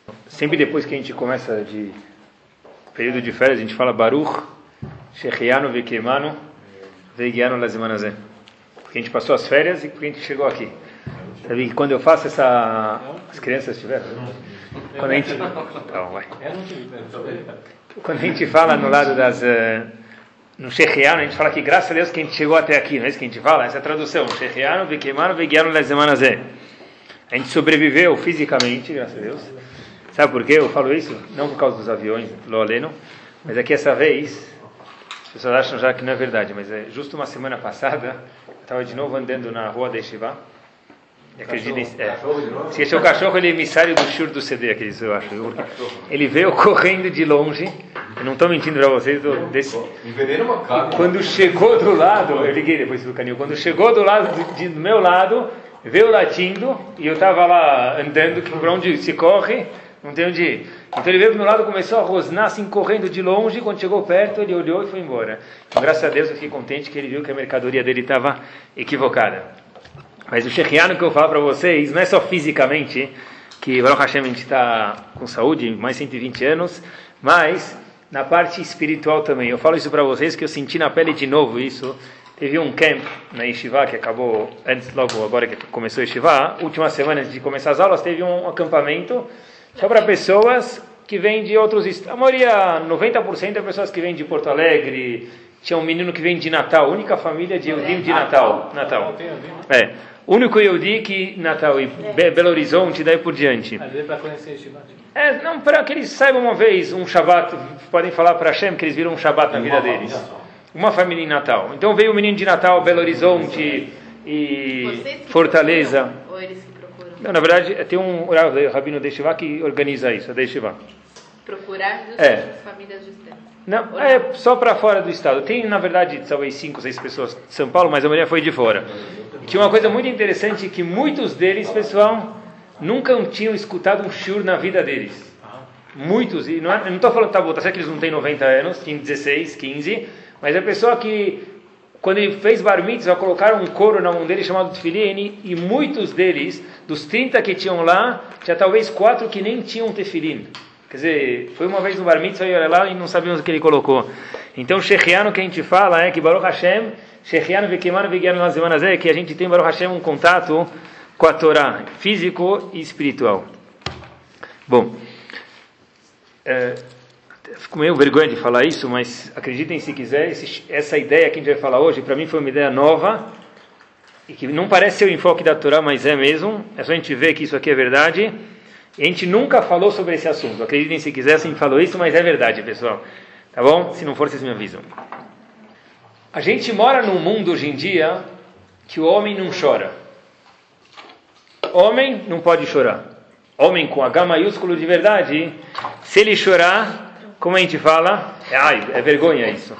Sempre depois que a gente começa de período de férias, a gente fala Baruch, Shechianu Vekemanu, Veigianu Lazimanazé. Porque a gente passou as férias e porque a gente chegou aqui. Sabe que quando eu faço essa... As crianças estiveram? Quando a gente... Então, vai. Quando a gente fala no lado das... No Shechianu, a gente fala que graças a Deus que a gente chegou até aqui, não é isso que a gente fala? Essa é a tradução. Shechianu Vekemanu, Veigianu Lazimanazé. A gente sobreviveu fisicamente, graças a Deus. Sabe por quê? Eu falo isso? Não por causa dos aviões, lo aleno, mas aqui essa vez, as pessoas acham já que não é verdade, mas é justo uma semana passada, eu estava de novo andando na rua da Yeshiva, e acreditem, se esse é o cachorro, ele é emissário do shur do CD, aqueles, eu acho. Ele veio correndo de longe, eu não estou mentindo para vocês, quando chegou do lado, eu liguei depois do canil, quando chegou do lado do meu lado, veio latindo, e eu estava lá andando, que por onde se corre, não tem onde ir. Então ele veio do meu lado, começou a rosnar assim, correndo de longe. Quando chegou perto, ele olhou e foi embora. Então, graças a Deus, eu fiquei contente que ele viu que a mercadoria dele estava equivocada. Mas o Shechianu que eu falo para vocês, não é só fisicamente, que Baruch Hashem a gente está com saúde, mais 120 anos, mas na parte espiritual também. Eu falo isso para vocês, que eu senti na pele de novo isso. Teve um camp na Yeshiva, que acabou, antes, logo agora que começou a Yeshiva, última semana antes de começar as aulas, teve um acampamento só para pessoas que vêm de outros estados. A maioria, 90% é pessoas que vêm de Porto Alegre. Tinha um menino que vem de Natal, única família de Eudim de Natal. É, único Eudi que Natal e Belo Horizonte, daí por diante. Não, para que eles saibam uma vez, um Shabbat, podem falar para Hashem que eles viram um Shabbat na vida deles. Uma família em Natal. Então veio o menino de Natal, Belo Horizonte e Fortaleza. Ou eles que procuram? Não, na verdade, tem um rabino de Yeshiva que organiza isso, a de Yeshiva. Procurar justamente as famílias distantes. Não, é só para fora do estado. Tem, na verdade, talvez 5, 6 pessoas de São Paulo, mas a maioria foi de fora. E tinha uma coisa muito interessante, que muitos deles, pessoal, nunca tinham escutado um shiur na vida deles. Muitos, e não estou falando, tá certo que eles não têm 90 anos, tinham 16, 15, mas a pessoa que, quando ele fez bar mitzvah, colocaram um couro na mão dele chamado tefilim, e muitos deles, dos 30 que tinham lá, tinha talvez 4 que nem tinham tefilim. Quer dizer, foi uma vez no bar mitzvah e olha lá e não sabíamos o que ele colocou. Então, Shechianu que a gente fala é que Baruch Hashem, Shechianu vekemanu veigianu lazimanazé, que a gente tem Baruch Hashem um contato com a Torá, físico e espiritual. Bom, fico meio vergonha de falar isso, mas acreditem se quiser, essa ideia que a gente vai falar hoje, para mim foi uma ideia nova, e que não parece ser o enfoque da Torá, mas é mesmo, é só a gente ver que isso aqui é verdade, e a gente nunca falou sobre esse assunto, acreditem se quiser, a gente falou isso, mas é verdade, pessoal, tá bom? Se não for, vocês me avisam. A gente mora num mundo hoje em dia, que o homem não chora. Homem não pode chorar. Homem com H maiúsculo de verdade, se ele chorar, como a gente fala, é vergonha isso.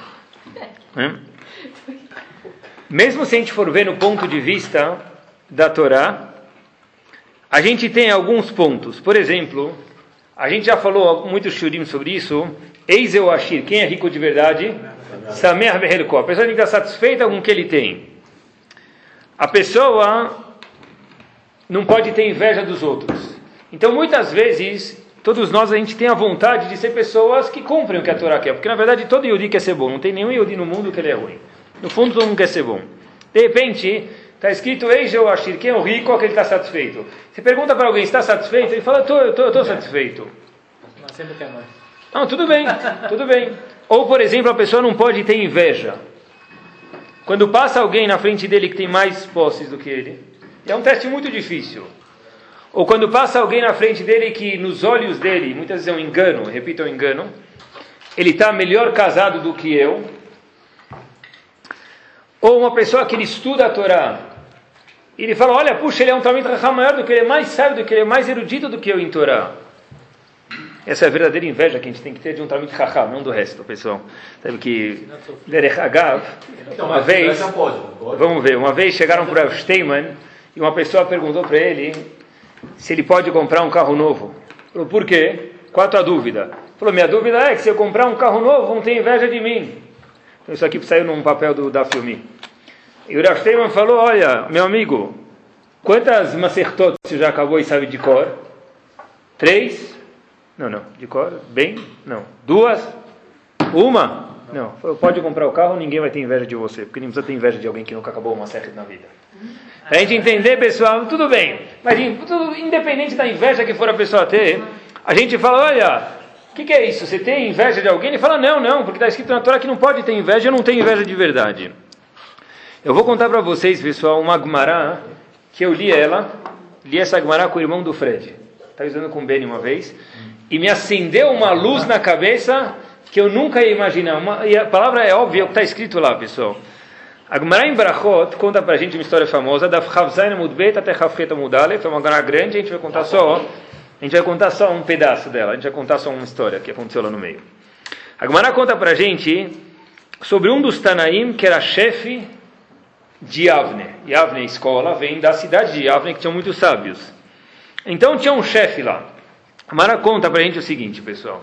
Mesmo se a gente for ver no ponto de vista da Torá, a gente tem alguns pontos. Por exemplo, a gente já falou muitos shurim sobre isso. Eis eu Ashir, quem é rico de verdade? Sameach behelko. A pessoa tem que estar satisfeita com o que ele tem. A pessoa não pode ter inveja dos outros. Então, muitas vezes, todos nós, a gente tem a vontade de ser pessoas que cumprem o que a Torá quer. Porque, na verdade, todo Yehudi quer ser bom. Não tem nenhum Yehudi no mundo que ele é ruim. No fundo, todo mundo quer ser bom. De repente, está escrito, Eis eu Ashir, quem é o rico, aquele que está satisfeito. Você pergunta para alguém, está satisfeito? Ele fala, eu estou satisfeito. Mas sempre quer mais. Não, tudo bem, tudo bem. Ou, por exemplo, a pessoa não pode ter inveja. Quando passa alguém na frente dele que tem mais posses do que ele, é um teste muito difícil. Ou quando passa alguém na frente dele que nos olhos dele, muitas vezes é um engano, repito, é um engano, ele está melhor casado do que eu. Ou uma pessoa que ele estuda a Torá, e ele fala, olha, puxa, ele é um talmid racham maior do que ele, é mais sábio do que ele, é mais erudito do que eu em Torá. Essa é a verdadeira inveja que a gente tem que ter de um talmid racham, não do resto, pessoal. Sabe que, Derech Agav, uma vez, vamos ver, uma vez chegaram para o Steinman, e uma pessoa perguntou para ele se ele pode comprar um carro novo. Falou, por quê? Qual a tua dúvida? Falou, minha dúvida é que se eu comprar um carro novo, vão ter inveja de mim. Então isso aqui saiu num papel da filme. E o Rav Steinman falou, olha, meu amigo, quantas Masertot você já acabou e sabe de cor? 3? Não. De cor, bem? Não. 2? 1? Não. Pode comprar o carro, ninguém vai ter inveja de você, porque ninguém precisa ter inveja de alguém que nunca acabou uma série na vida. Pra gente entender, pessoal, tudo bem. Mas independente da inveja que for a pessoa ter, a gente fala, olha, o que é isso? Você tem inveja de alguém? Ele fala, não, porque está escrito na Torá que não pode ter inveja, eu não tenho inveja de verdade. Eu vou contar para vocês, pessoal, uma Gemara, que eu li essa Gemara com o irmão do Fred. Estava estudando com o Beni uma vez, e me acendeu uma luz na cabeça que eu nunca ia imaginar. E a palavra é óbvia, é o que está escrito lá, pessoal. A Gemara em Brachot conta para a gente uma história famosa, da Chavzain Mudbet até Chavchet Mudalef, é uma Gemara grande, a gente vai contar só um pedaço dela, a gente vai contar só uma história que aconteceu lá no meio. A Gemara conta para a gente sobre um dos Tanaim que era chefe de Yavne. Yavne, escola, vem da cidade de Yavne, que tinha muitos sábios. Então tinha um chefe lá. A Gemara conta para a gente o seguinte, pessoal.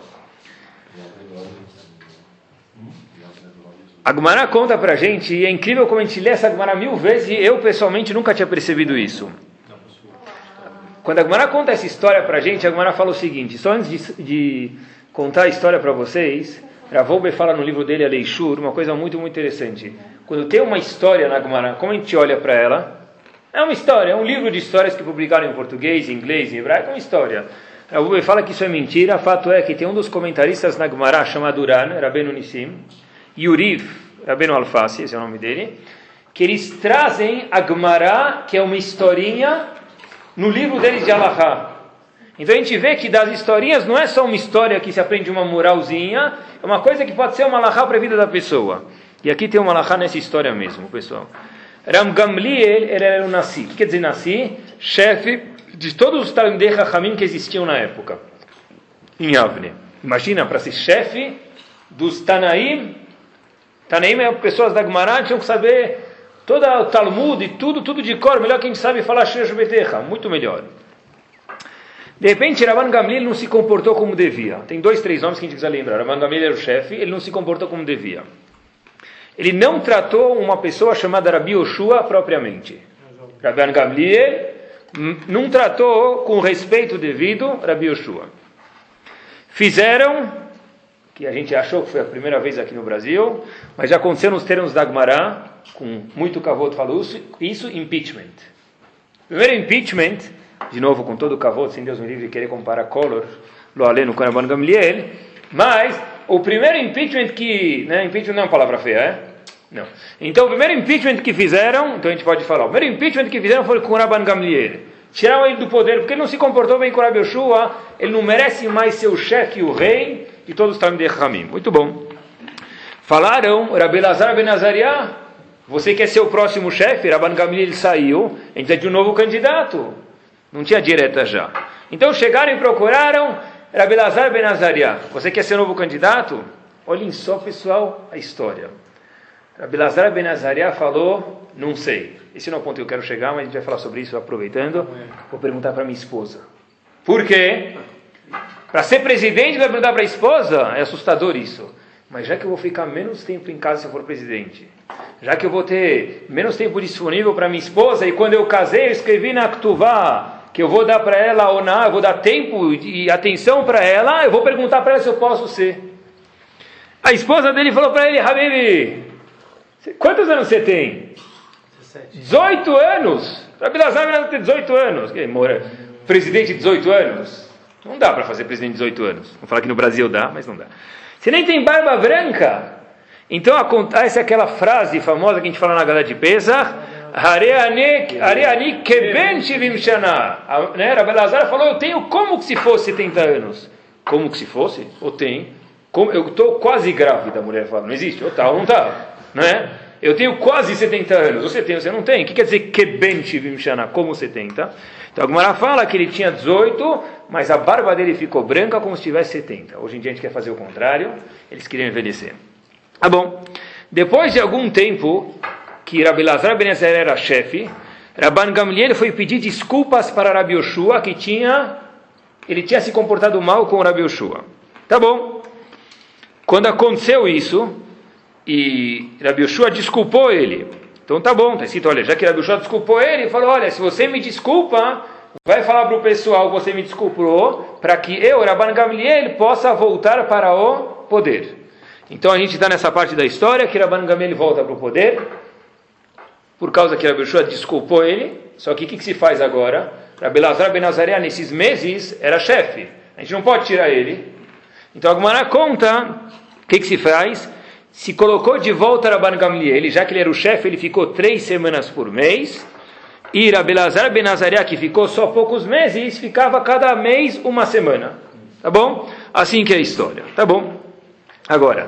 A Gemara conta para a gente, e é incrível como a gente lê essa Gemara 1000 vezes, e eu pessoalmente nunca tinha percebido isso. Quando a Gemara conta essa história para a gente, a Gemara fala o seguinte, só antes de contar a história para vocês, Rav Wolbe fala no livro dele, a Leishur, uma coisa muito, muito interessante. Quando tem uma história na Gemara, como a gente olha para ela? É uma história, é um livro de histórias que publicaram em português, em inglês, em hebraico, é uma história. Rav Wolbe fala que isso é mentira, fato é que tem um dos comentaristas na Gemara, chamado Uran, Rabbeinu Nissim, Yuriv, Rabbeinu Alfasi, esse é o nome dele, que eles trazem a Gemara, que é uma historinha, no livro deles de Halachá. Então a gente vê que das historinhas não é só uma história que se aprende uma moralzinha, é uma coisa que pode ser uma Halachá para a vida da pessoa. E aqui tem uma Halachá nessa história mesmo, pessoal. Ram Gamliel era o Nasi. O que quer dizer Nasi? Chefe de todos os Talmidei Chachamim que existiam na época, em Yavne. Imagina, para ser chefe dos Tanaim. Tanaim é pessoas da Gemara, tinham que saber todo o Talmud e tudo de cor, melhor que a gente sabe falar Shresh Betecha, muito melhor. De repente, Rabban Gamliel não se comportou como devia. Tem 2, 3 nomes que a gente precisa lembrar. Rabban Gamliel era o chefe, ele não se comportou como devia. Ele não tratou uma pessoa chamada Rabi Yoshua propriamente. Rabban Gamliel não tratou com respeito devido Rabi Yoshua. Fizeram, que a gente achou que foi a primeira vez aqui no Brasil, mas já aconteceu nos termos da Gemara, com muito cavoto falou isso, impeachment. Primeiro impeachment, de novo com todo o cavoto, sem Deus me livre querer comparar Collor, lo aleno com Rabban Gamliel, mas o primeiro impeachment que, impeachment não é uma palavra feia, é? Não. Então o primeiro impeachment que fizeram, então a gente pode falar, o primeiro impeachment que fizeram foi com Rabban Gamliel. Tiraram ele do poder, porque ele não se comportou bem com Rabi Yoshua, ele não merece mais ser o chefe e o rei de todos os Talmidei Chachamim. Muito bom. Falaram, Rabi Elazar ben Azariah, você quer ser o próximo chefe? Rabban Gamliel saiu, a gente precisa de um novo candidato. Não tinha direta já. Então chegaram e procuraram Rabi Elazar ben Azariah. Você quer ser o novo candidato? Olhem só, pessoal, a história. Rabi Elazar ben Azariah falou, não sei. Esse não é o ponto que eu quero chegar, mas a gente vai falar sobre isso aproveitando. Vou perguntar para minha esposa. Por quê? Para ser presidente vai perguntar para a esposa? É assustador isso. Mas já que eu vou ficar menos tempo em casa se eu for presidente, já que eu vou ter menos tempo disponível para minha esposa, e quando eu casei eu escrevi na Ktuvá que eu vou dar para ela ou não, eu vou dar tempo e atenção para ela, eu vou perguntar para ela se eu posso ser. A esposa dele falou para ele, Habibi, quantos anos você tem? 18 anos. Rabi Elazar tem 18 anos. Presidente de 18 anos? Não dá para fazer presidente de 18 anos. Vamos falar que no Brasil dá, mas não dá. Você nem tem barba branca. Então acontece aquela frase famosa que a gente fala na Gala de Pesach, Hareani keben shivim shana. Rabi Elazar falou, eu tenho como que se fosse 70 anos. Como que se fosse? Ou tem. Eu estou quase grávida, a mulher fala. Não existe. Ou tá ou não tá. Não é? Eu tenho quase 70 anos. Você tem, você não tem. O que quer dizer keben shivim shana? Como 70? Então a Gemara fala que ele tinha 18, mas a barba dele ficou branca como se tivesse 70. Hoje em dia a gente quer fazer o contrário. Eles queriam envelhecer. Tá bom. Depois de algum tempo que Rabi Elazar ben Azariah era chefe, Rabban Gamliel foi pedir desculpas para Rabi Yoshua, que ele tinha se comportado mal com Rabi Yoshua. Tá bom. Quando aconteceu isso, e Rabi Yoshua desculpou ele. Então tá bom, está escrito, olha, já que Rabi Yoshua desculpou ele falou, olha, se você me desculpa, vai falar para o pessoal, você me desculpou, para que eu, Rabban Gamliel, possa voltar para o poder. Então a gente está nessa parte da história, que Rabban Gamliel volta para o poder, por causa que Rabi Yoshua desculpou ele. Só que o que se faz agora? Rabi Elazar ben Azariah, nesses meses, era chefe. A gente não pode tirar ele. Então a Gemara conta, o que se faz? Se colocou de volta Rabban Gamliel, já que ele era o chefe, ele ficou 3 semanas por mês. E Rabi Elazar ben Azariah, que ficou só poucos meses, ficava cada mês 1 semana. Tá bom? Assim que é a história. Tá bom? Agora,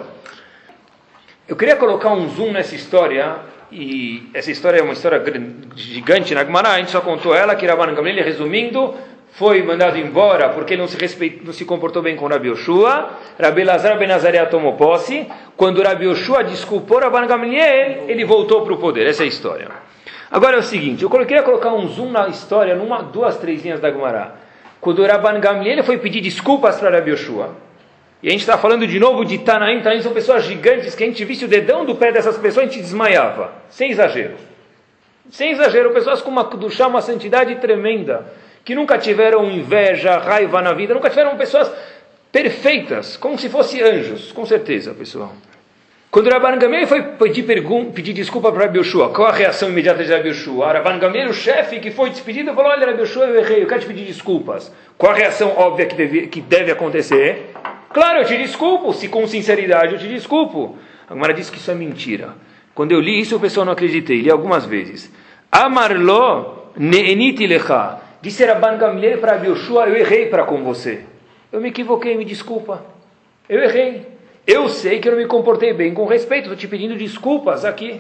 eu queria colocar um zoom nessa história, e essa história é uma história gigante na Gemara, a gente só contou ela, que Rabban Gamliel, resumindo, foi mandado embora porque ele não se comportou bem com Rabi Yoshua. Rabi Elazar ben Azariah tomou posse. Quando Rabi Yoshua desculpou Rabban Gamliel, ele voltou para o poder. Essa é a história. Agora é o seguinte, eu queria colocar um zoom na história, 2, 3 linhas da Gemara. Quando Rabban Gamliel foi pedir desculpas para Rabi Yoshua, e a gente está falando de novo de Tanaim. Tanaim são pessoas gigantes que a gente visse o dedão do pé dessas pessoas, a gente desmaiava. Sem exagero. Sem exagero, pessoas com uma santidade tremenda, que nunca tiveram inveja, raiva na vida, nunca tiveram pessoas perfeitas, como se fossem anjos, com certeza, pessoal. Quando Rabban Gamliel foi pedir desculpa para Rabi Yoshua, qual a reação imediata de Rabi Yoshua? Rabban Gamliel, o chefe que foi despedido, falou: olha, Rabi Yoshua, eu errei, eu quero te pedir desculpas. Qual a reação óbvia que deve acontecer? Claro, eu te desculpo, se com sinceridade eu te desculpo. A Gemara disse que isso é mentira. Quando eu li isso, o pessoal não acreditei, li algumas vezes. Amarlo ne'eniti lecha. Disse Rabban Gamliel para Rabi Yoshua: eu errei para com você. Eu me equivoquei, me desculpa. Eu errei. Eu sei que eu não me comportei bem com respeito, estou te pedindo desculpas aqui.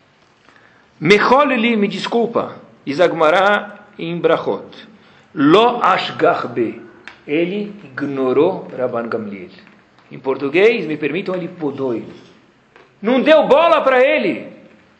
Mechol li, me desculpa. Diz a Gemara em Brachot. Lo ashgach be. Ele ignorou Rabban Gamliel. Em português, me permitam, ele podou ele. Não deu bola para ele.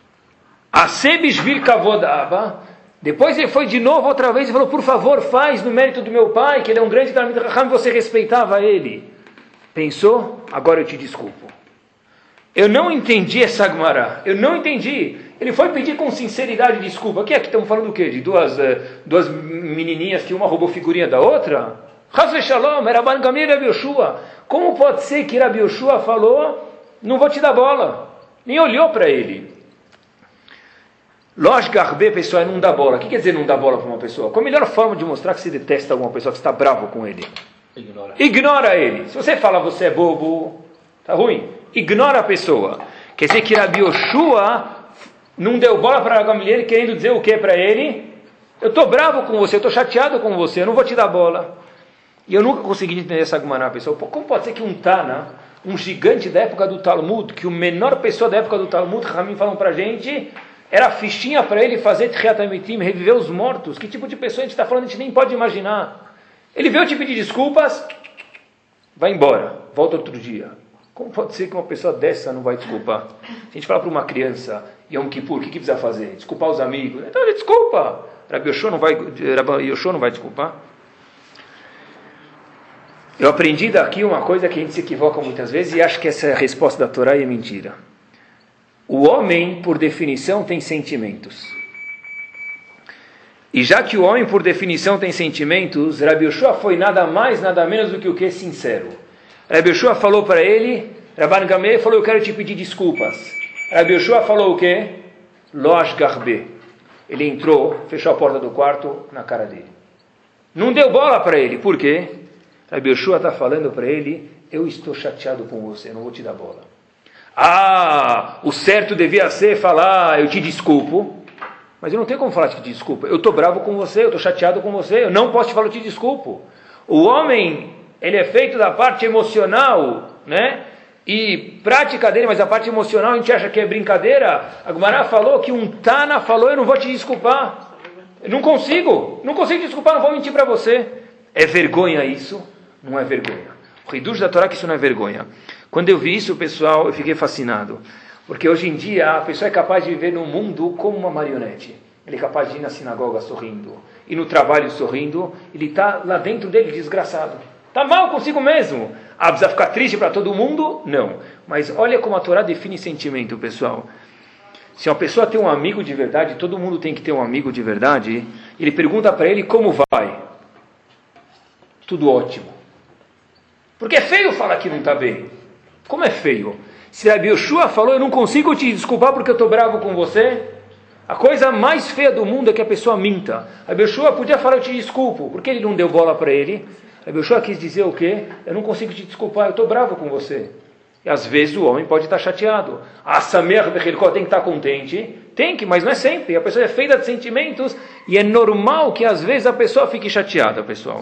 Asebishvil kavod Abba. Depois ele foi de novo outra vez e falou: por favor, faz no mérito do meu pai, que ele é um grande Talmid Chacham, você respeitava ele. Pensou? Agora eu te desculpo. Eu não entendi essa Gemara. Eu não entendi. Ele foi pedir com sinceridade desculpa. Aqui estamos falando do quê? De duas menininhas que uma roubou figurinha da outra? Chas v'shalom, Rabban Gamliel e Rabi Yoshua. Como pode ser que Rabi Yoshua falou: não vou te dar bola? Nem olhou para ele. Lógico, Garbe, pessoal, é não dar bola. O que quer dizer não dar bola para uma pessoa? Qual a melhor forma de mostrar que você detesta alguma pessoa, que você está bravo com ele? Ignora ele. Se você fala você é bobo, tá ruim. Ignora a pessoa. Quer dizer que Rabi Yoshua não deu bola para Gamliel, querendo dizer o que para ele? Eu estou bravo com você, eu estou chateado com você, eu não vou te dar bola. E eu nunca consegui entender essa Gemara, pessoal. Como pode ser que um Tana, um gigante da época do Talmud, que o menor pessoa da época do Talmud, Ramim falam para a gente, era fichinha para ele fazer Tchiat HaMetim, reviver os mortos? Que tipo de pessoa a gente está falando? A gente nem pode imaginar. Ele veio te pedir desculpas, vai embora, volta outro dia. Como pode ser que uma pessoa dessa não vai desculpar? Se a gente fala para uma criança, Yom Kippur, o que precisa fazer? Desculpar os amigos. Então ele desculpa. Rabi Yoshua não vai desculpar. Eu aprendi daqui uma coisa que a gente se equivoca muitas vezes e acho que essa é a resposta da Torá e é mentira. O homem, por definição, tem sentimentos. E já que o homem, por definição, tem sentimentos, Rabi Yoshua foi nada mais, nada menos do que o que? Sincero. Rabi Yoshua falou para ele, Rabban Gamliel falou: eu quero te pedir desculpas. Rabi Yoshua falou o quê? Lo ashgach be. Ele entrou, fechou a porta do quarto na cara dele. Não deu bola para ele. Por quê? Rabi Yoshua está falando para ele: eu estou chateado com você, não vou te dar bola. O certo devia ser falar: eu te desculpo. Mas eu não tenho como falar te desculpa. Eu estou bravo com você, eu estou chateado com você, eu não posso te falar eu te desculpo. O homem, ele é feito da parte emocional, né? E prática dele, mas a parte emocional a gente acha que é brincadeira. A Gemara falou que um Tana falou: eu não vou te desculpar. Eu não consigo desculpar, não vou mentir para você. É vergonha isso? Não é vergonha. O Hidush da Torá é que isso não é vergonha. Quando eu vi isso, pessoal, eu fiquei fascinado. Porque hoje em dia a pessoa é capaz de viver no mundo como uma marionete. Ele é capaz de ir na sinagoga sorrindo, ir no trabalho sorrindo, ele está lá dentro dele desgraçado. Está mal consigo mesmo. Precisa ficar triste para todo mundo? Não. Mas olha como a Torá define sentimento, pessoal. Se uma pessoa tem um amigo de verdade, todo mundo tem que ter um amigo de verdade. Ele pergunta para ele como vai. Tudo ótimo. Porque é feio falar que não está bem. Como é feio? Se Rabi Yoshua falou, eu não consigo te desculpar porque eu estou bravo com você. A coisa mais feia do mundo é que a pessoa minta. Rabi Yoshua podia falar, eu te desculpo. Por que ele não deu bola para ele? Rabi Yoshua quis dizer o quê? Eu não consigo te desculpar, eu estou bravo com você. E às vezes o homem pode estar chateado. Samer Bechilkó tem que estar contente. Tem que, mas não é sempre. A pessoa é feita de sentimentos e é normal que às vezes a pessoa fique chateada, pessoal.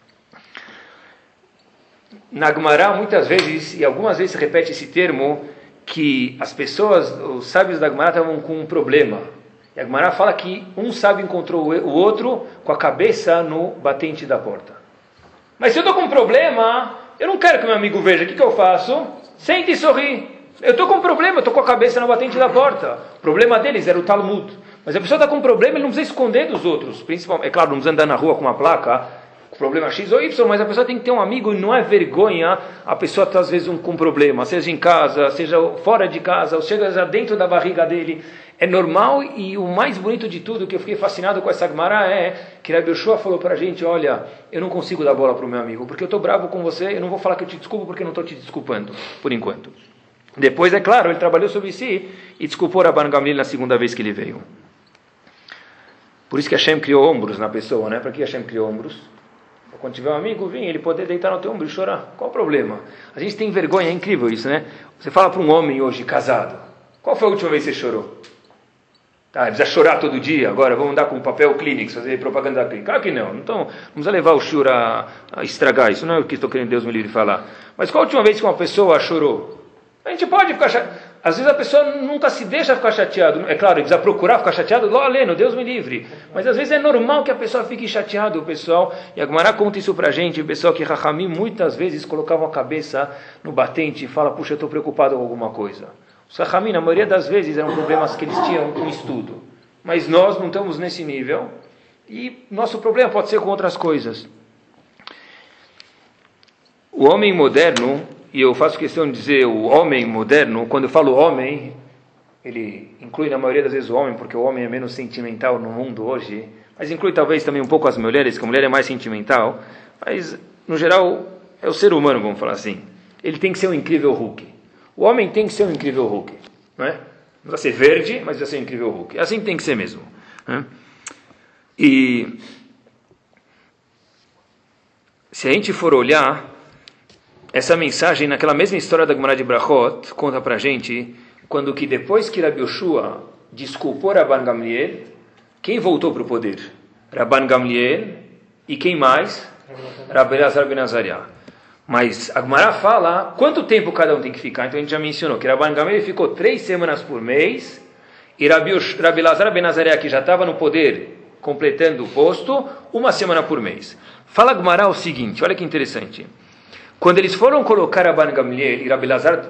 Na Gemara, muitas vezes, e algumas vezes se repete esse termo, que as pessoas, os sábios da Gemara estavam com um problema. E a Gemara fala que um sábio encontrou o outro com a cabeça no batente da porta. Mas se eu estou com um problema, eu não quero que meu amigo veja. O que eu faço? Sente e sorri. Eu estou com um problema, eu estou com a cabeça no batente da porta. O problema deles era o Talmud. Mas a pessoa está com um problema, ele não precisa esconder dos outros. Principalmente, é claro, não precisa andar na rua com uma placa, com problema X ou Y, mas a pessoa tem que ter um amigo e não é vergonha a pessoa estar às vezes com um problema, seja em casa, seja fora de casa, ou seja dentro da barriga dele. É normal, e o mais bonito de tudo, que eu fiquei fascinado com essa Gemara, é que Rabi Yoshua falou para a gente, olha, eu não consigo dar bola para o meu amigo, porque eu estou bravo com você, eu não vou falar que eu te desculpo, porque eu não estou te desculpando, por enquanto. Depois, é claro, ele trabalhou sobre si e desculpou Rabban Gamliel na segunda vez que ele veio. Por isso que Hashem criou ombros na pessoa, né? Para que Hashem criou ombros? Quando tiver um amigo, vem, ele poder deitar no teu ombro e chorar. Qual o problema? A gente tem vergonha, é incrível isso, né? Você fala para um homem hoje, casado, qual foi a última vez que você chorou? Tá, precisa chorar todo dia, agora vamos andar com papel Kleenex, fazer propaganda da Kleenex. Claro que não, então não precisa levar o shur a estragar, isso não é o que estou querendo, Deus me livre, falar. Mas qual a última vez que uma pessoa chorou? A gente pode ficar chateado, às vezes a pessoa nunca se deixa ficar chateado, é claro, ele precisa procurar ficar chateado, lendo, Deus me livre. Mas às vezes é normal que a pessoa fique chateada, pessoal, e a Gemara conta isso pra gente, o pessoal que Rahamim muitas vezes colocavam a cabeça no batente e fala, puxa, eu estou preocupado com alguma coisa. Os Rahamim, na maioria das vezes, eram problemas que eles tinham com estudo. Mas nós não estamos nesse nível. E nosso problema pode ser com outras coisas. O homem moderno, e eu faço questão de dizer o homem moderno, quando eu falo homem, ele inclui na maioria das vezes o homem, porque o homem é menos sentimental no mundo hoje, mas inclui talvez também um pouco as mulheres, que a mulher é mais sentimental, mas no geral é o ser humano, vamos falar assim. Ele tem que ser um incrível Hulk. O homem tem que ser um incrível Hulk, não é? Não precisa ser verde, mas precisa ser um incrível Hulk. Assim tem que ser mesmo. Né? E se a gente for olhar essa mensagem naquela mesma história da Gemara de Brachot, conta pra gente quando que depois que Rabi Yoshua desculpou Rabban Gamliel, quem voltou para o poder? Rabban Gamliel e quem mais? Rabbi Elazar ben Azariah. Mas a Gemara fala quanto tempo cada um tem que ficar. Então a gente já mencionou que Rabban Gamliel ficou 3 semanas por mês e Rabbi Elazar ben Azariah, que já estava no poder, completando o posto, 1 semana por mês. Fala a Gemara o seguinte, olha que interessante. Quando eles foram colocar Rabban Gamliel e Rabbi Elazar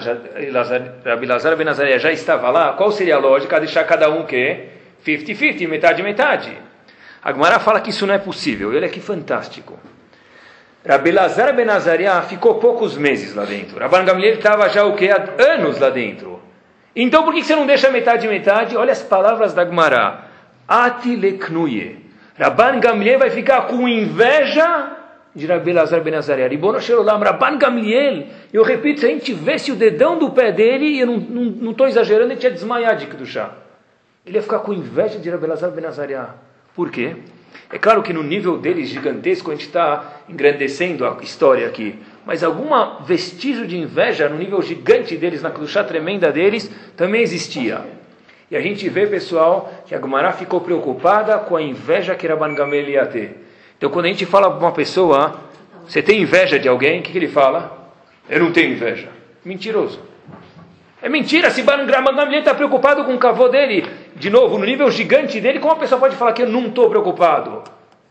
ben Azariah já estava lá, qual seria a lógica? Deixar cada um o quê? 50-50, metade. A Gemara fala que isso não é possível. Olha que fantástico. Rabbi Elazar ben Azariah ficou poucos meses lá dentro. Rabban Gamliel estava já o quê? Há anos lá dentro. Então por que você não deixa metade? Olha as palavras da Gemara. Ati leknuye. Rabban Gamliel vai ficar com inveja de Rabbi Elazar ben Azariah. Ribono shel olam, Rabban Gamliel. Eu repito, se a gente visse o dedão do pé dele, eu não estou exagerando, ele tinha desmaiado de Kedushá. Ele ia ficar com inveja de Rabbi Elazar ben Azariah. Por quê? É claro que no nível deles gigantesco a gente está engrandecendo a história aqui, mas alguma vestígio de inveja no nível gigante deles, na Kedushá tremenda deles, também existia. E a gente vê, pessoal, que a Gemara ficou preocupada com a inveja que Rabban Gamliel ia ter. Então quando a gente fala para uma pessoa, você tem inveja de alguém, o que ele fala? Eu não tenho inveja. Mentiroso. É mentira, se Rabban Gamliel está preocupado com o kavod dele, de novo, no nível gigante dele, como a pessoa pode falar que eu não estou preocupado?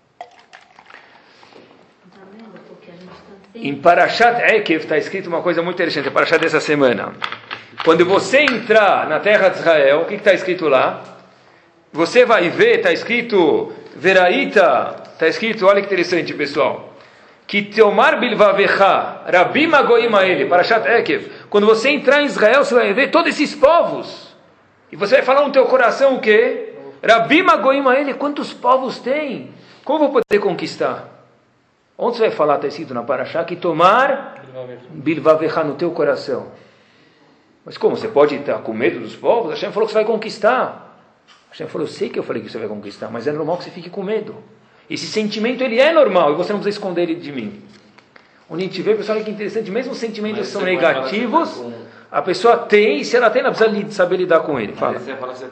Em Parashat Ekev está escrito uma coisa muito interessante, a Parashat dessa semana. Quando você entrar na terra de Israel, o que está escrito lá? Você vai ver, está escrito Veraita, está escrito, olha que interessante, pessoal. Que Teomar Bilvavecha, Rabbi Magoim Aele, Parashat Ekev. Quando você entrar em Israel, você vai ver todos esses povos. E você vai falar no teu coração o quê? Rabi Magoim a ele, quantos povos tem? Como eu vou poder conquistar? Onde você vai falar, está escrito na Parashá, que tomar bilvavecha no teu coração. Mas como? Você pode estar com medo dos povos? Hashem falou que você vai conquistar. Hashem falou, eu sei que eu falei que você vai conquistar, mas é normal que você fique com medo. Esse sentimento, ele é normal, e você não precisa esconder ele de mim. Onde a gente vê, pessoal, olha que interessante, mesmo os sentimentos são negativos, a pessoa tem, e se ela tem, ela precisa saber lidar com ele. Fala.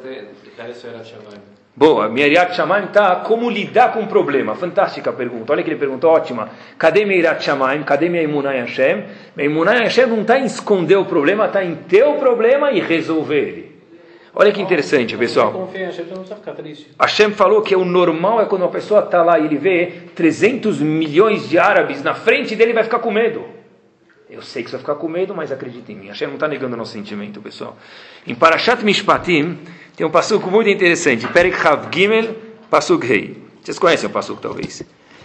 Boa, minha Yirat Shamayim está como lidar com o problema. Fantástica pergunta. Olha que ele perguntou, ótima. Cadê minha Yirat Shamayim? Cadê minha Emunah em Hashem? Minha Emunah em Hashem não está em esconder o problema, está em ter o problema e resolver ele. Olha que interessante, pessoal. Hashem falou que o normal é quando uma pessoa está lá e ele vê 300 milhões de árabes na frente dele e vai ficar com medo. Eu sei que você vai ficar com medo, mas acredita em mim. Hashem não está negando o nosso sentimento, pessoal. Em Parashat Mishpatim, tem um passuco muito interessante. Perek Chav Gimel, passuco Rei. Vocês conhecem o passuco, talvez.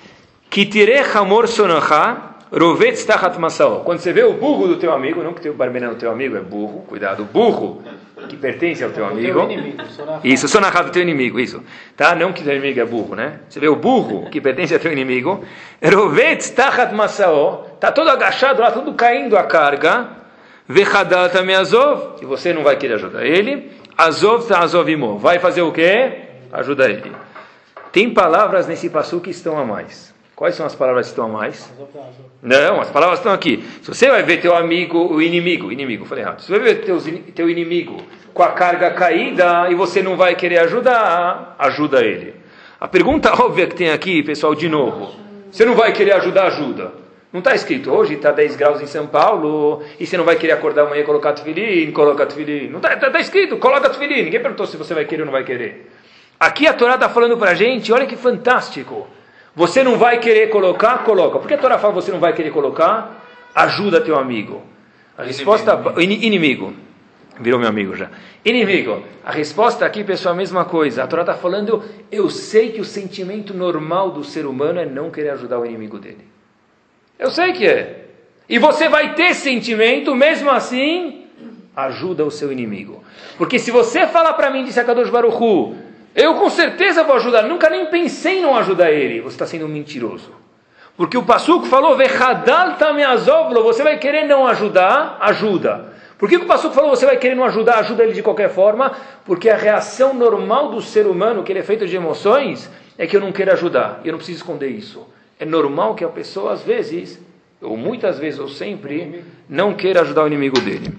Kitire Hamor Sonacha, Rovetz Tachat Masao. Quando você vê o burro do teu amigo, não que o barbeiro do teu amigo é burro, cuidado, o burro que pertence ao teu amigo. Isso, Sonacha do teu inimigo, isso. Tá? Não que o teu inimigo é burro, né? Você vê o burro que pertence ao teu inimigo. Rovetz Tachat Masao. Está todo agachado lá, tudo caindo a carga. Vechadal também Azov. E você não vai querer ajudar ele. Azov ta'azov imo. Vai fazer o quê? Ajuda ele. Tem palavras nesse passuco que estão a mais. Quais são as palavras que estão a mais? Não, as palavras estão aqui. Se você vai ver teu amigo, o inimigo, falei errado. Se você vai ver teu inimigo com a carga caída e você não vai querer ajudar, ajuda ele. A pergunta óbvia que tem aqui, pessoal, de novo. Você não vai querer ajudar, ajuda. Não está escrito, hoje está 10 graus em São Paulo, e você não vai querer acordar amanhã e colocar tefilim, coloca tefilim. Não está escrito, coloca tefilim. Ninguém perguntou se você vai querer ou não vai querer. Aqui a Torá está falando para a gente, olha que fantástico. Você não vai querer colocar, coloca. Por que a Torá fala que você não vai querer colocar? Ajuda teu amigo. A resposta... Inimigo. Virou meu amigo já. Inimigo. A resposta aqui, pessoal, é a mesma coisa. A Torá está falando, eu sei que o sentimento normal do ser humano é não querer ajudar o inimigo dele. Eu sei que é. E você vai ter sentimento, mesmo assim, ajuda o seu inimigo. Porque se você falar para mim, disse a Kadosh Baruch Hu, eu com certeza vou ajudar, nunca nem pensei em não ajudar ele, você está sendo um mentiroso. Porque o passuco falou, Vechadal tameazovlo, você vai querer não ajudar, ajuda. Por que o passuco falou, você vai querer não ajudar, ajuda ele de qualquer forma? Porque a reação normal do ser humano, que ele é feito de emoções, é que eu não quero ajudar, e eu não preciso esconder isso. É normal que a pessoa, às vezes, ou muitas vezes, ou sempre, não queira ajudar o inimigo dele.